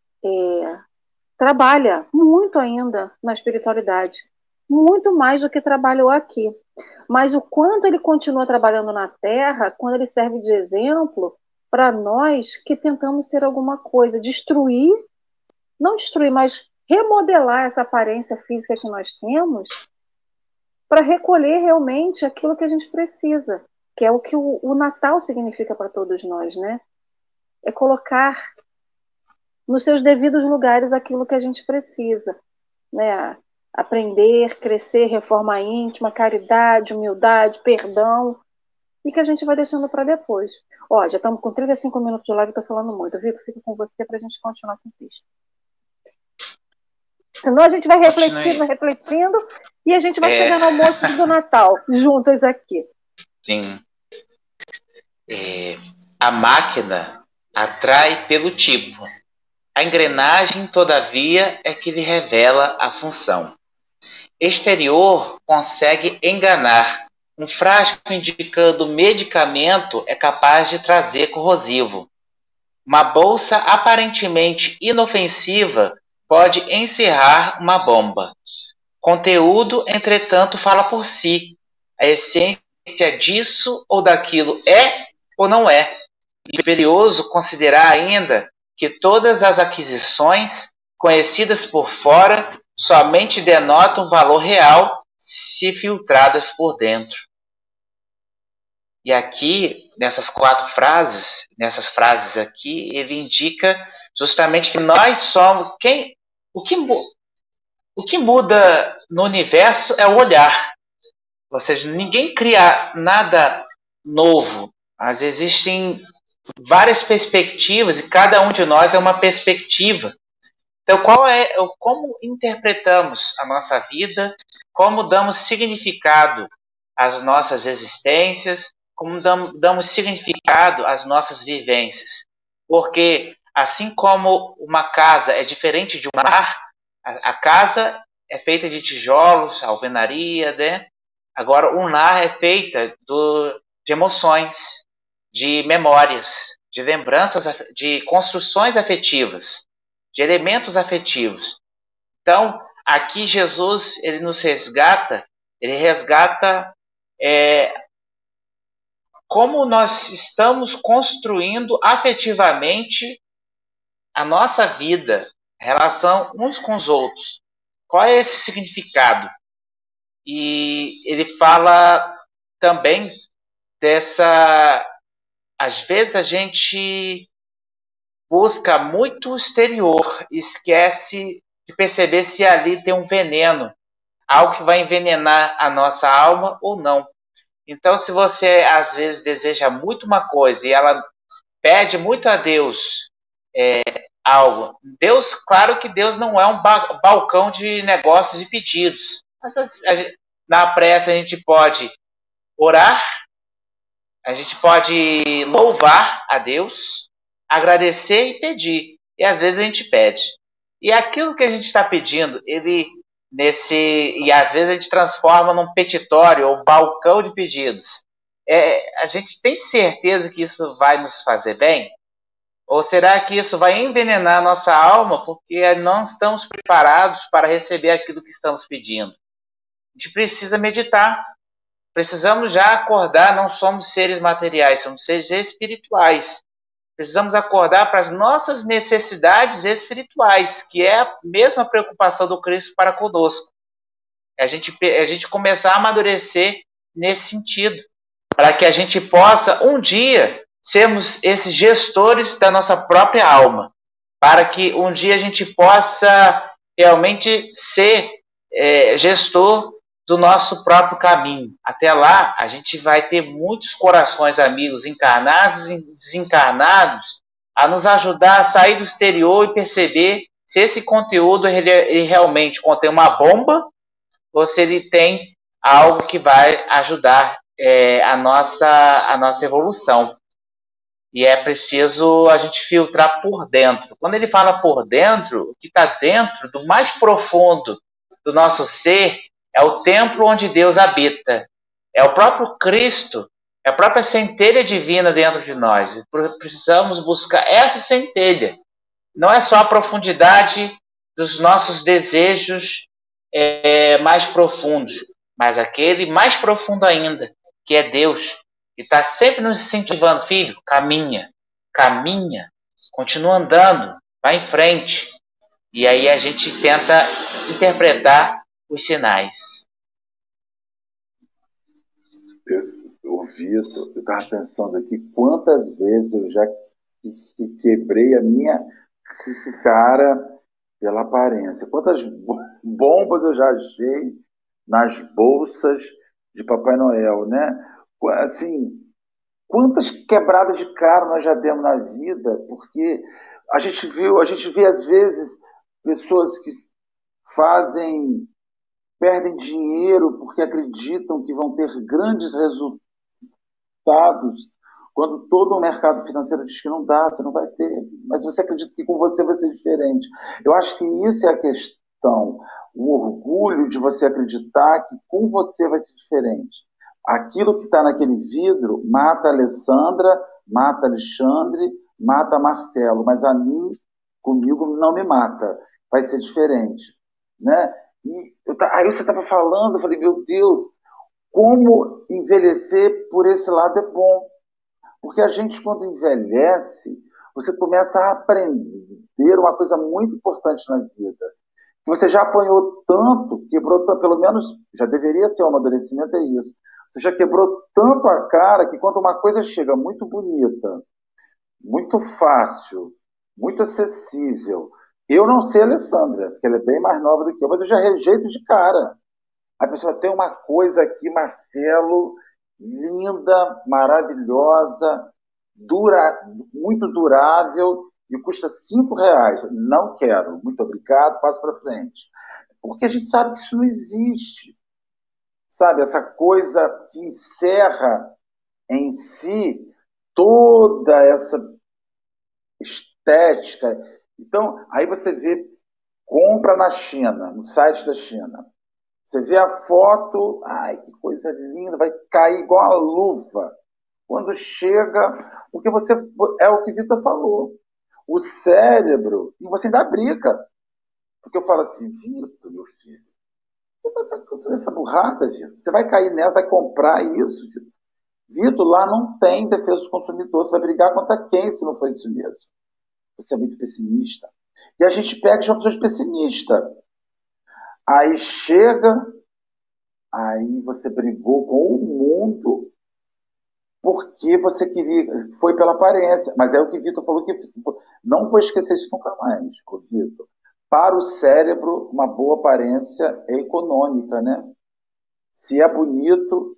trabalha muito ainda na espiritualidade, muito mais do que trabalhou aqui. Mas o quanto ele continua trabalhando na Terra, quando ele serve de exemplo para nós que tentamos ser alguma coisa, não destruir, mas remodelar essa aparência física que nós temos para recolher realmente aquilo que a gente precisa, que é o que o Natal significa para todos nós, né? É colocar nos seus devidos lugares aquilo que a gente precisa, né? aprender, crescer, reforma íntima, caridade, humildade, perdão, e que a gente vai deixando para depois. Ó, já estamos com 35 minutos de live, estou falando muito. Vitor, fica com você para a gente continuar com o texto. Senão a gente vai refletindo, e a gente vai chegar no almoço do Natal, juntas aqui. Sim. A máquina atrai pelo tipo. A engrenagem, todavia, é que lhe revela a função. Exterior consegue enganar. Um frasco indicando medicamento é capaz de trazer corrosivo. Uma bolsa aparentemente inofensiva pode encerrar uma bomba. Conteúdo, entretanto, fala por si. A essência disso ou daquilo é ou não é. Imperioso considerar ainda que todas as aquisições, conhecidas por fora, somente denotam valor real se filtradas por dentro. E aqui, nessas frases aqui, ele indica justamente que nós somos o que muda no universo é o olhar. Ou seja, ninguém cria nada novo, mas existem várias perspectivas e cada um de nós é uma perspectiva. Então, como interpretamos a nossa vida, como damos significado às nossas existências, como damos significado às nossas vivências. Porque, assim como uma casa é diferente de um lar, a casa é feita de tijolos, alvenaria, né? Agora, um lar é feita de emoções, de memórias, de lembranças, de construções afetivas, de elementos afetivos. Então, aqui Jesus ele resgata como nós estamos construindo afetivamente a nossa vida, a relação uns com os outros. Qual é esse significado? E ele fala também às vezes a gente busca muito o exterior, esquece de perceber se ali tem um veneno, algo que vai envenenar a nossa alma ou não. Então, se você às vezes deseja muito uma coisa e ela pede muito a Deus algo, claro que Deus não é um balcão de negócios e pedidos, mas na prece a gente pode orar, a gente pode louvar a Deus, agradecer e pedir. E às vezes a gente pede. E aquilo que a gente está pedindo, e às vezes a gente transforma num petitório ou balcão de pedidos. A gente tem certeza que isso vai nos fazer bem? Ou será que isso vai envenenar a nossa alma porque não estamos preparados para receber aquilo que estamos pedindo? A gente precisa meditar. Precisamos já acordar, não somos seres materiais, somos seres espirituais. Precisamos acordar para as nossas necessidades espirituais, que é a mesma preocupação do Cristo para conosco. A gente começar a amadurecer nesse sentido, para que a gente possa, um dia, sermos esses gestores da nossa própria alma, para que um dia a gente possa realmente ser gestor do nosso próprio caminho. Até lá, a gente vai ter muitos corações amigos encarnados e desencarnados a nos ajudar a sair do exterior e perceber se esse conteúdo ele realmente contém uma bomba ou se ele tem algo que vai ajudar a nossa evolução. E é preciso a gente filtrar por dentro. Quando ele fala por dentro, o que está dentro do mais profundo do nosso ser é o templo onde Deus habita. É o próprio Cristo, é a própria centelha divina dentro de nós. Precisamos buscar essa centelha. Não é só a profundidade dos nossos desejos mais profundos, mas aquele mais profundo ainda, que é Deus, que está sempre nos incentivando, filho, caminha, continua andando, vai em frente. E aí a gente tenta interpretar os sinais. Vitor, eu estava pensando aqui quantas vezes eu já quebrei a minha cara pela aparência. Quantas bombas eu já achei nas bolsas de Papai Noel, né? Assim, quantas quebradas de cara nós já demos na vida, porque a gente vê às vezes pessoas que fazem, perdem dinheiro porque acreditam que vão ter grandes resultados, quando todo o mercado financeiro diz que não dá, você não vai ter. Mas você acredita que com você vai ser diferente. Eu acho que isso é a questão, o orgulho de você acreditar que com você vai ser diferente. Aquilo que está naquele vidro mata a Alessandra, mata Alexandre, mata Marcelo, mas a mim, comigo, não me mata. Vai ser diferente. Né? Aí você estava falando, eu falei, meu Deus, como envelhecer por esse lado é bom. Porque a gente, quando envelhece, você começa a aprender uma coisa muito importante na vida. Que você já apanhou tanto, quebrou tanto, pelo menos já deveria ser um amadurecimento, é isso. Você já quebrou tanto a cara que quando uma coisa chega muito bonita, muito fácil, muito acessível. Eu não sei a Alessandra, porque ela é bem mais nova do que eu, mas eu já rejeito de cara. A pessoa tem uma coisa aqui, Marcelo, linda, maravilhosa, muito durável e custa R$ 5. Não quero, muito obrigado, passo para frente. Porque a gente sabe que isso não existe. Sabe, essa coisa que encerra em si toda essa estética. Então, aí você vê, compra na China, no site da China. Você vê a foto, ai, que coisa linda, vai cair igual a luva. Quando chega, porque você, é o que o Vitor falou, o cérebro, e você ainda brinca. Porque eu falo assim, Vitor, meu filho, você vai fazer essa burrada, Vitor? Você vai cair nela, vai comprar isso, Vitor? Vitor, lá não tem defesa do consumidor, você vai brigar contra quem se não for isso mesmo? Você é muito pessimista. E a gente pega de uma pessoa pessimista. Aí chega, aí você brigou com o mundo porque você queria, foi pela aparência. Mas é o que o Vitor falou, que não vou esquecer isso nunca mais, Vitor. Para o cérebro, uma boa aparência é econômica, né? Se é bonito...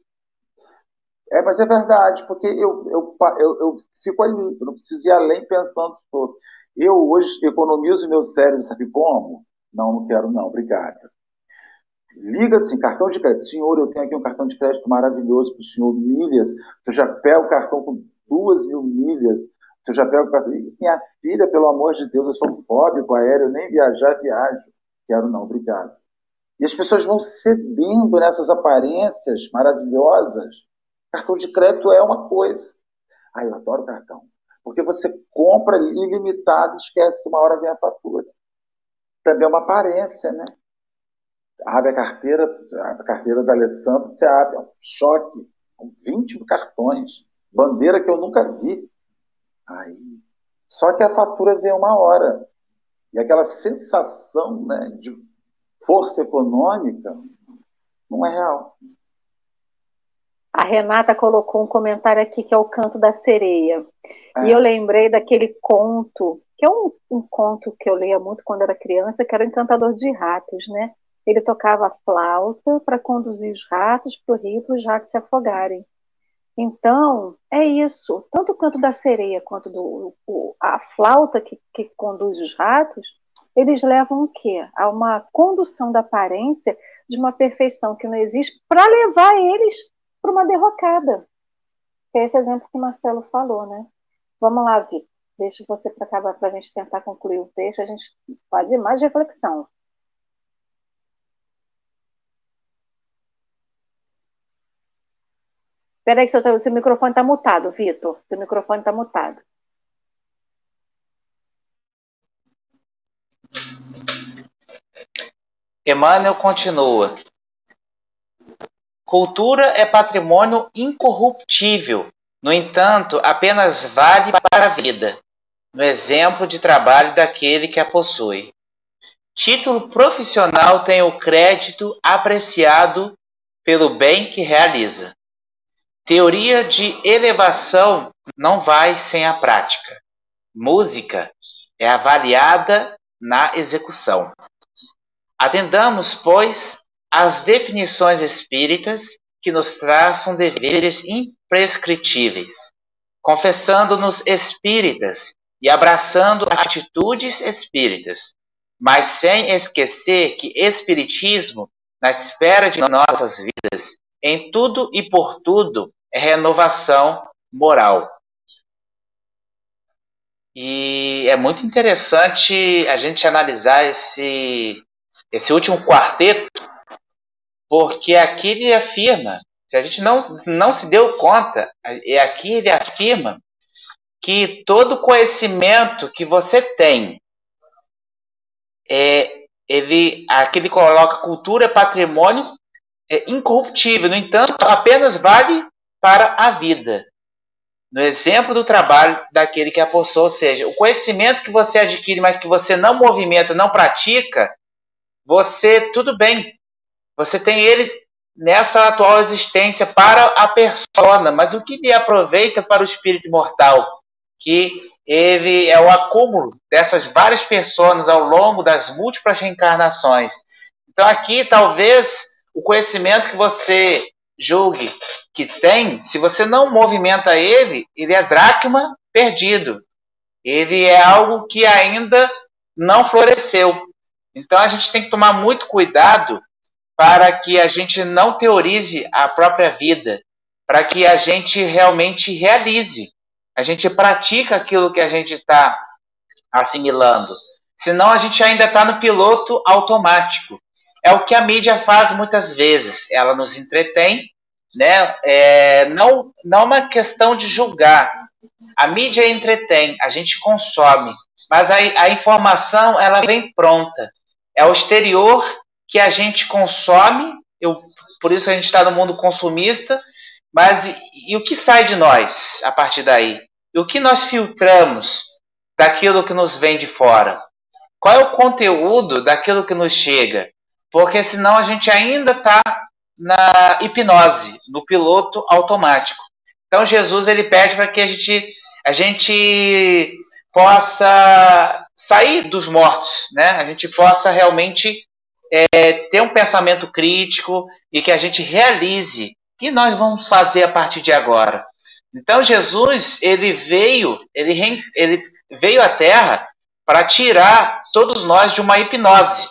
mas é verdade, porque eu fico ali, eu não preciso ir além pensando todo. Eu hoje economizo meu cérebro, sabe como? Não quero não, obrigado. Liga assim, cartão de crédito. Senhor, eu tenho aqui um cartão de crédito maravilhoso para o senhor, milhas. Eu já pego o cartão com 2.000 milhas. Eu já pego o cartão. Minha filha, pelo amor de Deus, eu sou fóbico aéreo, eu nem viajo. Quero não, obrigado. E as pessoas vão cedendo nessas aparências maravilhosas. Cartão de crédito é uma coisa. Eu adoro cartão. Porque você compra ilimitado e esquece que uma hora vem a fatura. Também é uma aparência, né? Abre a carteira da Alessandra, você abre, é um choque, 20 cartões, bandeira que eu nunca vi. Só que a fatura vem uma hora. E aquela sensação, né, de força econômica não é real. A Renata colocou um comentário aqui que é o Canto da Sereia. E eu lembrei daquele conto, que é um conto que eu lia muito quando era criança, que era o Encantador de Ratos, né? Ele tocava a flauta para conduzir os ratos para o rio, para os ratos se afogarem. Então, é isso. Tanto o Canto da Sereia quanto a flauta que conduz os ratos, eles levam o quê? A uma condução da aparência de uma perfeição que não existe para levar eles para uma derrocada. É esse exemplo que o Marcelo falou, né? Vamos lá, Vitor. Deixa você para acabar, para a gente tentar concluir o texto, a gente fazer mais reflexão. Espera aí que seu microfone está mutado, Vitor. Seu microfone está mutado. Emmanuel continua. Cultura é patrimônio incorruptível, no entanto, apenas vale para a vida, no exemplo de trabalho daquele que a possui. Título profissional tem o crédito apreciado pelo bem que realiza. Teoria de elevação não vai sem a prática. Música é avaliada na execução. Atendamos, pois, às definições espíritas que nos traçam deveres imprescritíveis, confessando-nos espíritas e abraçando atitudes espíritas, mas sem esquecer que espiritismo, na esfera de nossas vidas, em tudo e por tudo, é renovação moral. E é muito interessante a gente analisar esse último quarteto, porque aqui ele afirma, se a gente não se deu conta, aqui ele afirma que todo conhecimento que você tem, aqui ele coloca cultura, patrimônio incorruptível, no entanto, apenas vale para a vida. No exemplo do trabalho daquele que apostou, ou seja, o conhecimento que você adquire, mas que você não movimenta, não pratica, tudo bem, você tem ele nessa atual existência para a persona, mas o que lhe aproveita para o espírito imortal? Que ele é o acúmulo dessas várias personas ao longo das múltiplas reencarnações. Então aqui, talvez, o conhecimento que você julgue que tem, se você não movimenta ele é dracma perdido. Ele é algo que ainda não floresceu. Então a gente tem que tomar muito cuidado para que a gente não teorize a própria vida, para que a gente realmente realize. A gente pratica aquilo que a gente está assimilando. Senão a gente ainda está no piloto automático. É o que a mídia faz muitas vezes. Ela nos entretém, né? Não uma questão de julgar. A mídia entretém, a gente consome. Mas a informação, ela vem pronta. É o exterior que a gente consome, por isso a gente está no mundo consumista, mas e o que sai de nós a partir daí? E o que nós filtramos daquilo que nos vem de fora? Qual é o conteúdo daquilo que nos chega? Porque senão a gente ainda está na hipnose, no piloto automático. Então Jesus ele pede para que a gente possa sair dos mortos, né? A gente possa realmente ter um pensamento crítico e que a gente realize o que nós vamos fazer a partir de agora. Então Jesus ele veio à Terra para tirar todos nós de uma hipnose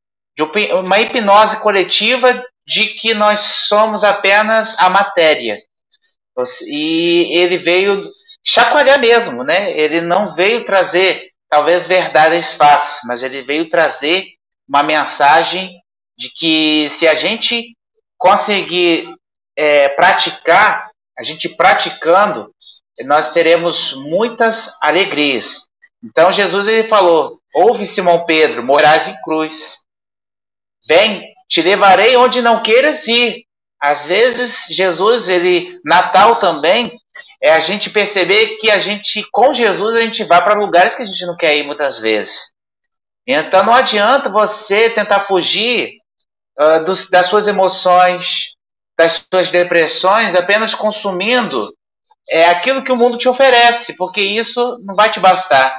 coletiva de que nós somos apenas a matéria. E ele veio chacoalhar mesmo, né? Ele não veio trazer talvez verdades fáceis, mas ele veio trazer uma mensagem de que se a gente conseguir praticar, a gente praticando, nós teremos muitas alegrias. Então Jesus ele falou: ouve Simão Pedro, Moraes e Cruz, vem, te levarei onde não queiras ir. Às vezes Jesus, Natal também, é a gente perceber que com Jesus a gente vai para lugares que a gente não quer ir muitas vezes. Então não adianta você tentar fugir das suas emoções, das suas depressões, apenas consumindo aquilo que o mundo te oferece, porque isso não vai te bastar.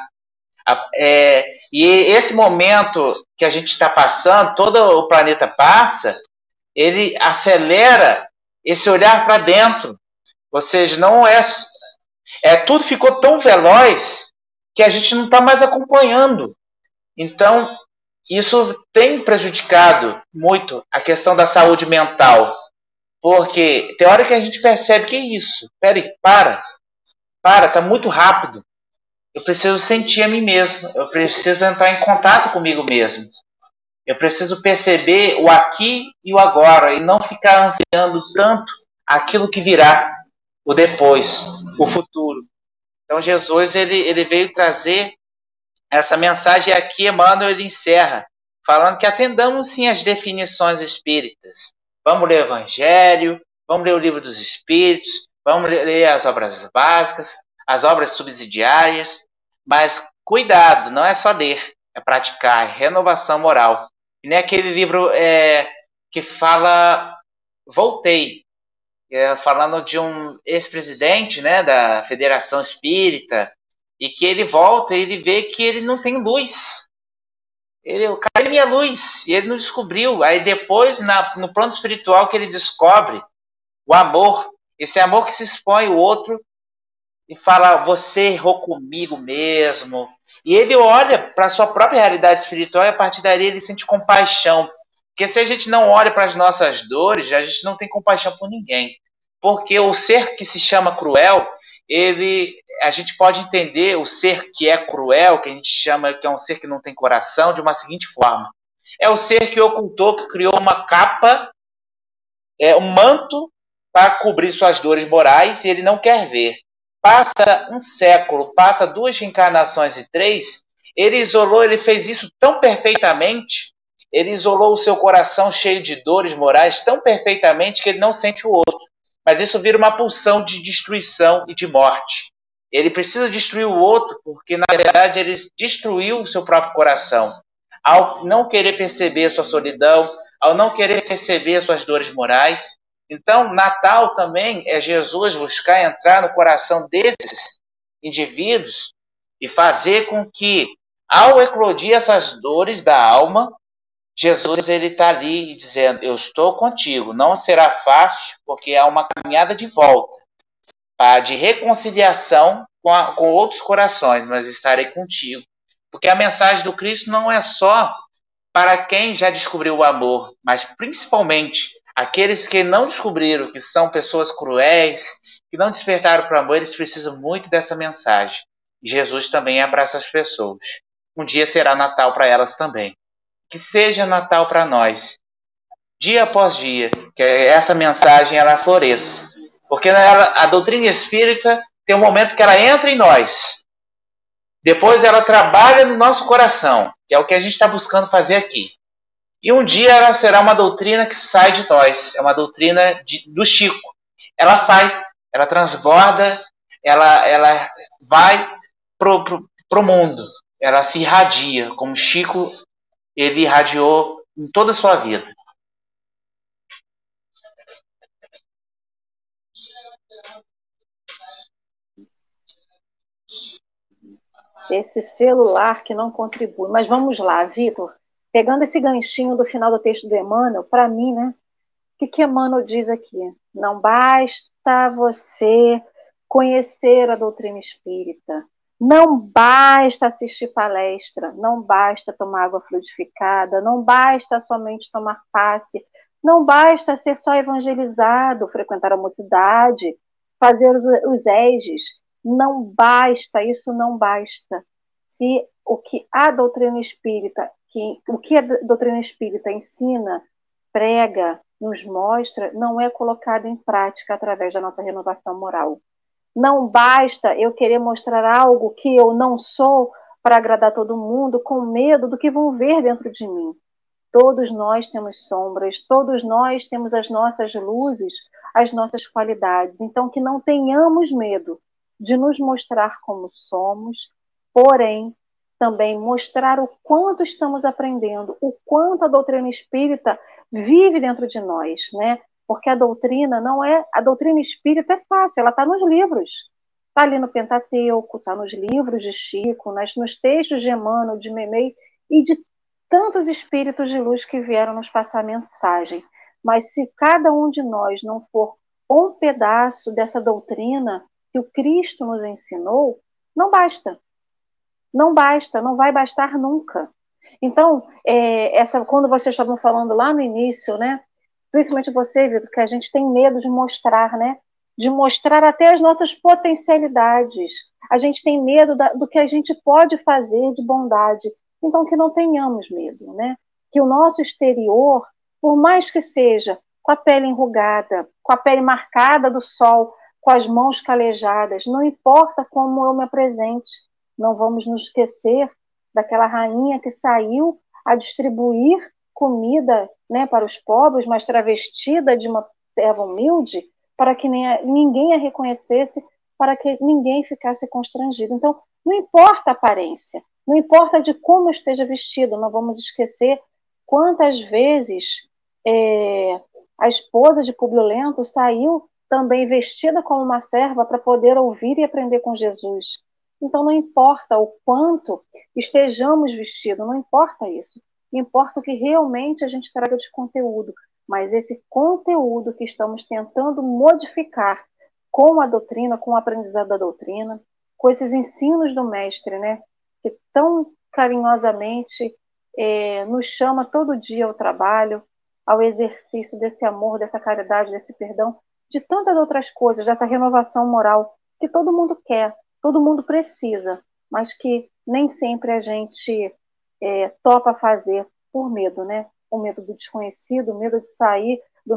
E esse momento que a gente está passando, todo o planeta passa, ele acelera esse olhar para dentro. Ou seja, não tudo ficou tão veloz que a gente não está mais acompanhando. Então, isso tem prejudicado muito a questão da saúde mental. Porque tem hora que a gente percebe que é isso. Peraí, tá muito rápido. Eu preciso sentir a mim mesmo. Eu preciso entrar em contato comigo mesmo. Eu preciso perceber o aqui e o agora e não ficar ansiando tanto aquilo que virá, o depois, o futuro. Então Jesus ele veio trazer essa mensagem aqui. Emmanuel ele encerra falando que atendamos sim às definições espíritas. Vamos ler o Evangelho, vamos ler o Livro dos Espíritos, vamos ler as obras básicas, as obras subsidiárias, mas cuidado, não é só ler, é praticar, é renovação moral. E nem aquele livro que fala, voltei, falando de um ex-presidente, né, da Federação Espírita, e que ele volta e ele vê que ele não tem luz. O cara é minha luz, e ele não descobriu. Aí depois, no plano espiritual, que ele descobre o amor, esse amor que se expõe o outro e fala, você errou comigo mesmo. E ele olha para a sua própria realidade espiritual e a partir daí ele sente compaixão. Porque se a gente não olha para as nossas dores, a gente não tem compaixão por ninguém. Porque o ser que se chama cruel, a gente pode entender o ser que é cruel, que a gente chama que é um ser que não tem coração, de uma seguinte forma. É o ser que ocultou, que criou uma capa, um manto para cobrir suas dores morais e ele não quer ver. Passa um século, passa 2 reencarnações e 3, ele fez isso tão perfeitamente, ele isolou o seu coração cheio de dores morais tão perfeitamente que ele não sente o outro. Mas isso vira uma pulsão de destruição e de morte. Ele precisa destruir o outro porque, na verdade, ele destruiu o seu próprio coração. Ao não querer perceber sua solidão, ao não querer perceber suas dores morais. Então, Natal também é Jesus buscar entrar no coração desses indivíduos e fazer com que, ao eclodir essas dores da alma, Jesus ele está ali dizendo, eu estou contigo, não será fácil, porque há uma caminhada de volta, de reconciliação com outros corações, mas estarei contigo. Porque a mensagem do Cristo não é só para quem já descobriu o amor, mas principalmente aqueles que não descobriram, que são pessoas cruéis, que não despertaram para o amor, eles precisam muito dessa mensagem. Jesus também é para essas pessoas. Um dia será Natal para elas também. Que seja Natal para nós, dia após dia, que essa mensagem ela floresça. Porque a doutrina espírita tem um momento que ela entra em nós. Depois ela trabalha no nosso coração, que é o que a gente está buscando fazer aqui. E um dia ela será uma doutrina que sai de nós. É uma doutrina do Chico. Ela sai, ela transborda, ela vai pro mundo. Ela se irradia, como Chico ele irradiou em toda a sua vida. Esse celular que não contribui. Mas vamos lá, Vitor. Pegando esse ganchinho do final do texto do Emmanuel, para mim, né? O que Emmanuel diz aqui? Não basta você conhecer a doutrina espírita, não basta assistir palestra, não basta tomar água fluidificada, não basta somente tomar passe, não basta ser só evangelizado, frequentar a mocidade, fazer os EJs, não basta, isso não basta. Se o que a doutrina espírita, o que a doutrina espírita ensina, prega, nos mostra, não é colocado em prática através da nossa renovação moral. Não basta eu querer mostrar algo que eu não sou para agradar todo mundo, com medo do que vão ver dentro de mim. Todos nós temos sombras, todos nós temos as nossas luzes, as nossas qualidades. Então, que não tenhamos medo de nos mostrar como somos, porém, também mostrar o quanto estamos aprendendo, o quanto a doutrina espírita vive dentro de nós, né? Porque a doutrina espírita é fácil, ela está nos livros. Está ali no Pentateuco, está nos livros de Chico, nos textos de Emmanuel, de Memei e de tantos espíritos de luz que vieram nos passar mensagem. Mas se cada um de nós não for um pedaço dessa doutrina que o Cristo nos ensinou, não basta. Não basta, não vai bastar nunca. Então, quando vocês estavam falando lá no início, né? Principalmente você, Vitor, que a gente tem medo de mostrar, né? De mostrar até as nossas potencialidades. A gente tem medo do que a gente pode fazer de bondade. Então, que não tenhamos medo, né? Que o nosso exterior, por mais que seja com a pele enrugada, com a pele marcada do sol, com as mãos calejadas, não importa como eu me apresente, não vamos nos esquecer daquela rainha que saiu a distribuir comida, né, para os pobres, mas travestida de uma serva humilde, para que ninguém a reconhecesse, para que ninguém ficasse constrangido. Então, não importa a aparência, não importa de como eu esteja vestido, não vamos esquecer quantas vezes a esposa de Públio Lento saiu também vestida como uma serva para poder ouvir e aprender com Jesus. Então não importa o quanto estejamos vestidos, não importa isso. Importa o que realmente a gente traga de conteúdo. Mas esse conteúdo que estamos tentando modificar com a doutrina, com o aprendizado da doutrina, com esses ensinos do mestre, né, que tão carinhosamente nos chama todo dia ao trabalho, ao exercício desse amor, dessa caridade, desse perdão, de tantas outras coisas, dessa renovação moral que todo mundo quer, todo mundo precisa, mas que nem sempre a gente topa fazer por medo, né? O medo do desconhecido, o medo de sair do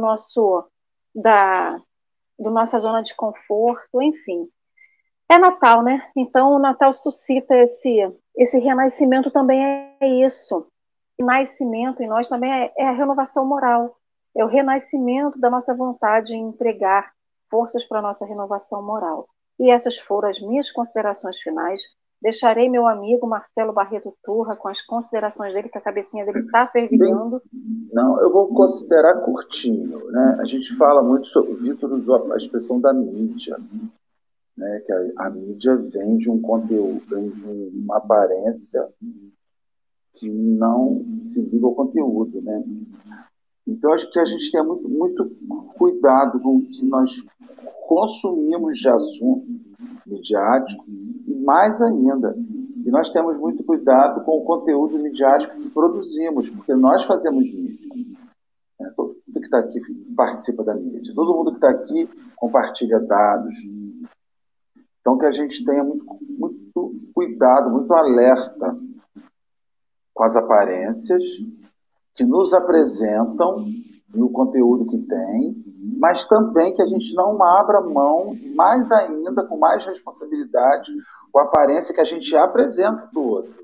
nossa zona de conforto, enfim. É Natal, né? Então o Natal suscita esse renascimento, também é isso. O nascimento em nós também é a renovação moral, é o renascimento da nossa vontade em entregar forças para a nossa renovação moral. E essas foram as minhas considerações finais. Deixarei meu amigo Marcelo Barreto Turra com as considerações dele, que a cabecinha dele está fervilhando. Não, eu vou considerar curtinho, né? A gente fala muito sobre, o Vitor usou a expressão da mídia, né? Que a mídia vende um conteúdo, vende uma aparência que não se liga ao conteúdo, né? Então, acho que a gente tem muito, muito cuidado com o que nós consumimos de assunto midiático, e mais ainda, e nós temos muito cuidado com o conteúdo midiático que produzimos, porque nós fazemos mídia. Né? Todo mundo que está aqui participa da mídia, todo mundo que está aqui compartilha dados. Então, que a gente tenha muito, muito cuidado, muito alerta com as aparências que nos apresentam e o conteúdo que tem, mas também que a gente não abra mão, mais ainda, com mais responsabilidade, com a aparência que a gente apresenta do outro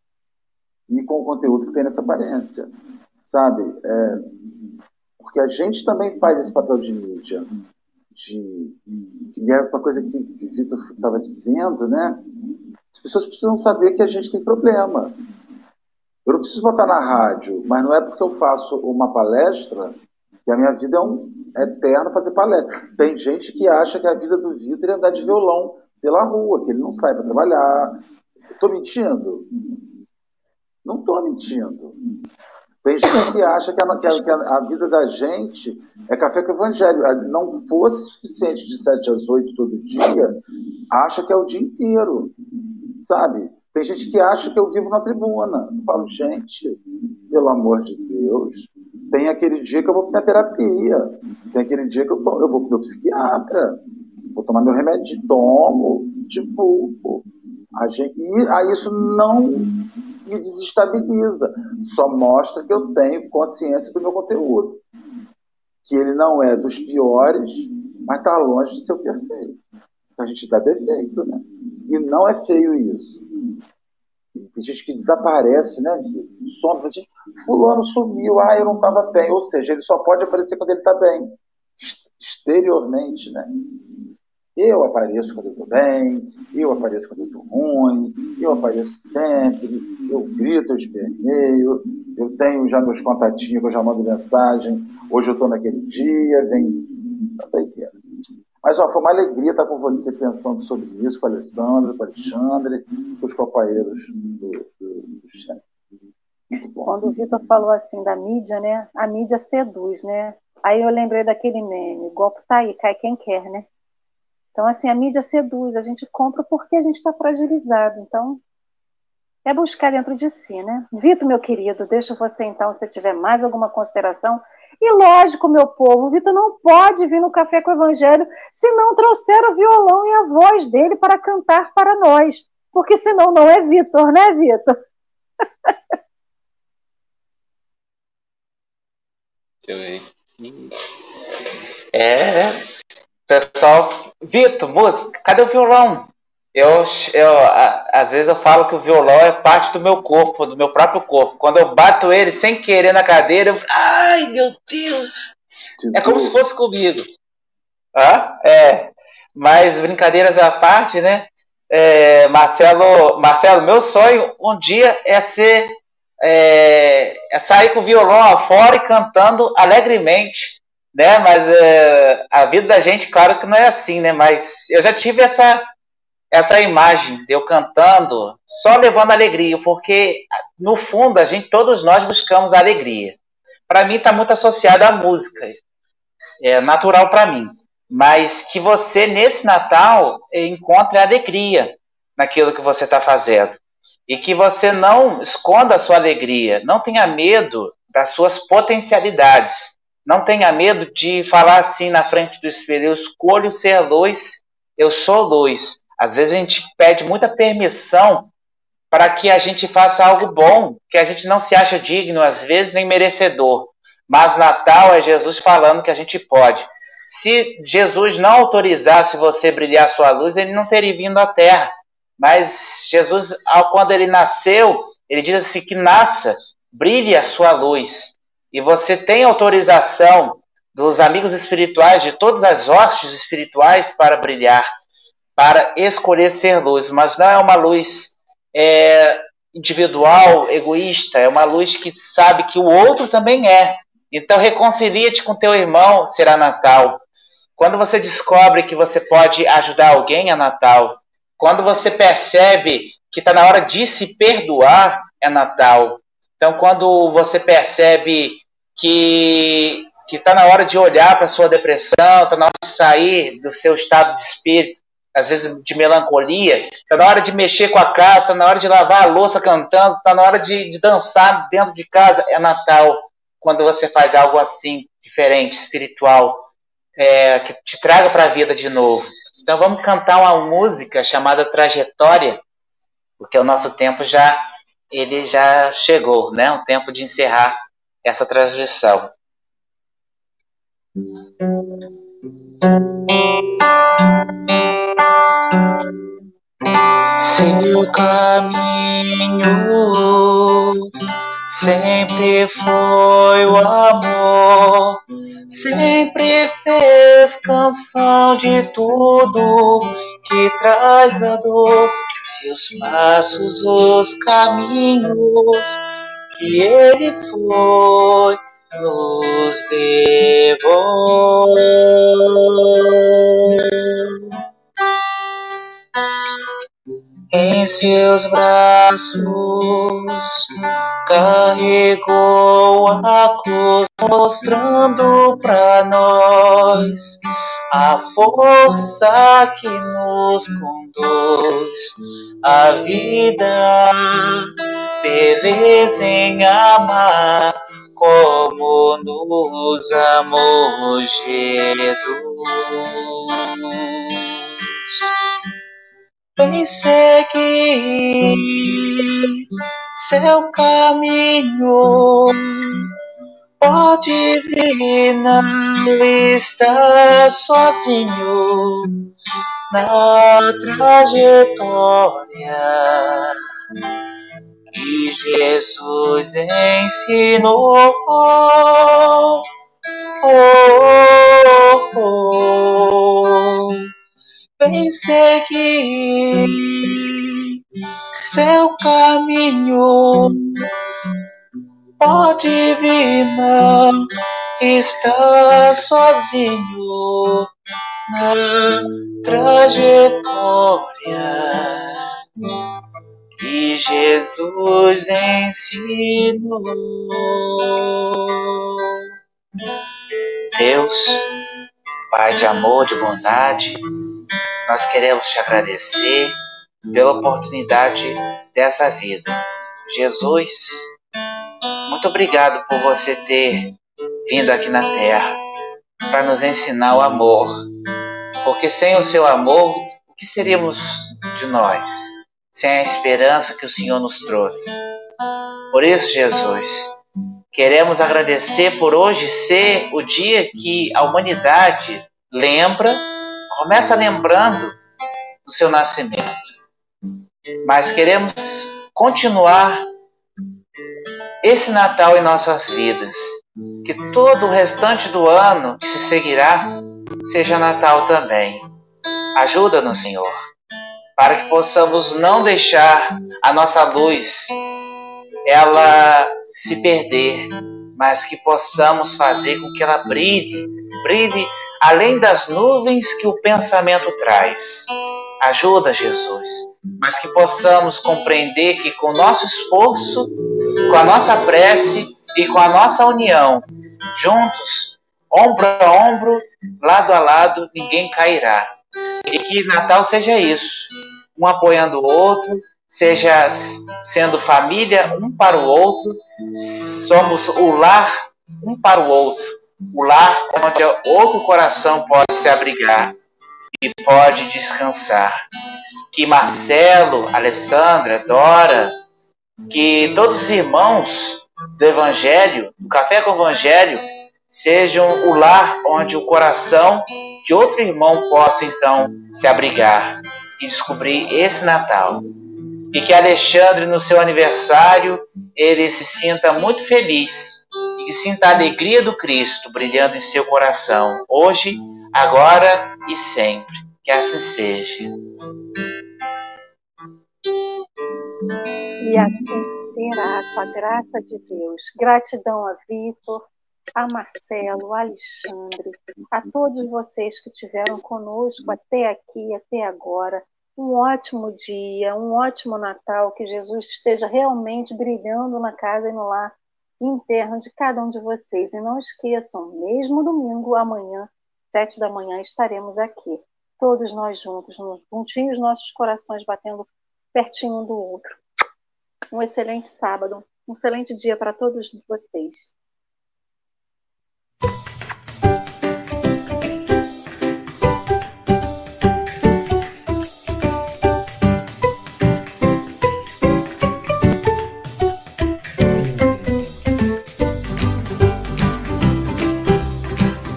e com o conteúdo que tem nessa aparência, sabe? Porque a gente também faz esse papel de mídia, e é uma coisa que o Vitor estava dizendo, né? As pessoas precisam saber que a gente tem problema. Eu não preciso botar na rádio, mas não é porque eu faço uma palestra que a minha vida é eterna fazer palestra. Tem gente que acha que a vida do Vitor é andar de violão pela rua, que ele não sai para trabalhar. Estou mentindo? Não estou mentindo. Tem gente que acha que a vida da gente é café com evangelho. Não fosse suficiente de 7 às 8 todo dia, acha que é o dia inteiro, sabe? Tem gente que acha que eu vivo na tribuna. Eu falo, gente, pelo amor de Deus, tem aquele dia que eu vou para minha terapia, tem aquele dia que eu vou para o meu psiquiatra, vou tomar meu remédio, tomo, divulgo. Isso não me desestabiliza, só mostra que eu tenho consciência do meu conteúdo, que ele não é dos piores, mas está longe de ser o perfeito. A gente dá defeito, né? E não é feio isso. Tem gente que desaparece, né? Some, fulano sumiu, eu não estava bem. Ou seja, ele só pode aparecer quando ele está bem, exteriormente, né? Eu apareço quando eu estou bem, eu apareço quando eu estou ruim, eu apareço sempre, eu grito, eu esperneio, eu tenho já meus contatinhos, eu já mando mensagem, hoje eu estou naquele dia, vem tanta inteira. Mas foi uma alegria estar com você pensando sobre isso, com a Alessandra, com o Alexandre, com os companheiros do chat. Quando o Vitor falou assim da mídia, né? A mídia seduz, né? Aí eu lembrei daquele meme, o golpe tá aí, cai quem quer, né? Então, assim, a mídia seduz, a gente compra porque a gente está fragilizado. Então, é buscar dentro de si, né? Vitor, meu querido, deixa você então, se tiver mais alguma consideração. E lógico, meu povo, o Vitor não pode vir no Café com o Evangelho se não trouxer o violão e a voz dele para cantar para nós. Porque senão não é Vitor, né, Vitor? Deixa eu ver. Pessoal, Vitor, música, cadê o violão? Às vezes eu falo que o violão é parte do meu corpo, do meu próprio corpo. Quando eu bato ele sem querer na cadeira, ai meu Deus, é como se fosse comigo. Mas brincadeiras à parte, né? Marcelo, meu sonho um dia é sair com o violão afora e cantando alegremente. Né? Mas a vida da gente, claro que não é assim, né? Mas eu já tive essa imagem de eu cantando, só levando alegria, porque no fundo todos nós buscamos a alegria. Para mim está muito associado à música, é natural para mim. Mas que você nesse Natal encontre alegria naquilo que você está fazendo e que você não esconda a sua alegria, não tenha medo das suas potencialidades, não tenha medo de falar assim na frente do espelho: eu escolho ser luz, eu sou luz. Às vezes a gente pede muita permissão para que a gente faça algo bom, que a gente não se acha digno, às vezes, nem merecedor. Mas Natal é Jesus falando que a gente pode. Se Jesus não autorizasse você brilhar a sua luz, ele não teria vindo à Terra. Mas Jesus, quando ele nasceu, ele diz assim que nasça, brilhe a sua luz. E você tem autorização dos amigos espirituais, de todas as hostes espirituais para brilhar, para escolher ser luz. Mas não é uma luz individual, egoísta, é uma luz que sabe que o outro também é. Então reconcilia-te com teu irmão, será Natal. Quando você descobre que você pode ajudar alguém, é Natal. Quando você percebe que está na hora de se perdoar, é Natal. Então quando você percebe que está na hora de olhar para a sua depressão, está na hora de sair do seu estado de espírito, às vezes de melancolia, está na hora de mexer com a casa, está na hora de lavar a louça cantando, está na hora de dançar dentro de casa, é Natal. Quando você faz algo assim, diferente, espiritual, que te traga para a vida de novo. Então vamos cantar uma música chamada Trajetória, porque o nosso tempo já chegou, né? O tempo de encerrar essa transmissão. Seu caminho sempre foi o amor, sempre fez canção de tudo que traz a dor. Seus passos, os caminhos que ele foi, nos levou. Em seus braços carregou a cruz, mostrando pra nós a força que nos conduz à vida, beleza em amar como nos amou Jesus. Vem seguir seu caminho, pode vir, não está sozinho na trajetória que Jesus ensinou. Vem seguir seu caminho, pode vir, não está sozinho na trajetória que Jesus ensinou. Deus, Pai de amor, de bondade, nós queremos te agradecer pela oportunidade dessa vida. Jesus, muito obrigado por você ter vindo aqui na Terra para nos ensinar o amor. Porque sem o seu amor, o que seríamos de nós? Sem a esperança que o Senhor nos trouxe. Por isso, Jesus, queremos agradecer por hoje ser o dia que a humanidade começa lembrando do seu nascimento. Mas queremos continuar esse Natal em nossas vidas. Que todo o restante do ano que se seguirá seja Natal também. Ajuda-nos, Senhor, para que possamos não deixar a nossa luz ela se perder, mas que possamos fazer com que ela brilhe além das nuvens que o pensamento traz. Ajuda, Jesus, mas que possamos compreender que com o nosso esforço, com a nossa prece e com a nossa união, juntos, ombro a ombro, lado a lado, ninguém cairá. E que Natal seja isso, um apoiando o outro, seja sendo família um para o outro, somos o lar um para o outro, o lar onde outro coração pode se abrigar e pode descansar. Que Marcelo, Alessandra, Dora, que todos os irmãos do Evangelho, do Café com o Evangelho, sejam o lar onde o coração de outro irmão possa então se abrigar e descobrir esse Natal. E que Alexandre, no seu aniversário, ele se sinta muito feliz e que sinta a alegria do Cristo brilhando em seu coração, hoje, agora e sempre. Que assim seja. E assim será, com a graça de Deus. Gratidão a Vitor, a Marcelo, a Alexandre, a todos vocês que estiveram conosco até aqui, até agora. Um ótimo dia, um ótimo Natal, que Jesus esteja realmente brilhando na casa e no lar interno de cada um de vocês. E não esqueçam, mesmo domingo, amanhã, 7 da manhã, estaremos aqui, todos nós juntos, juntinhos, nossos corações batendo pertinho um do outro. Um excelente sábado, um excelente dia para todos vocês.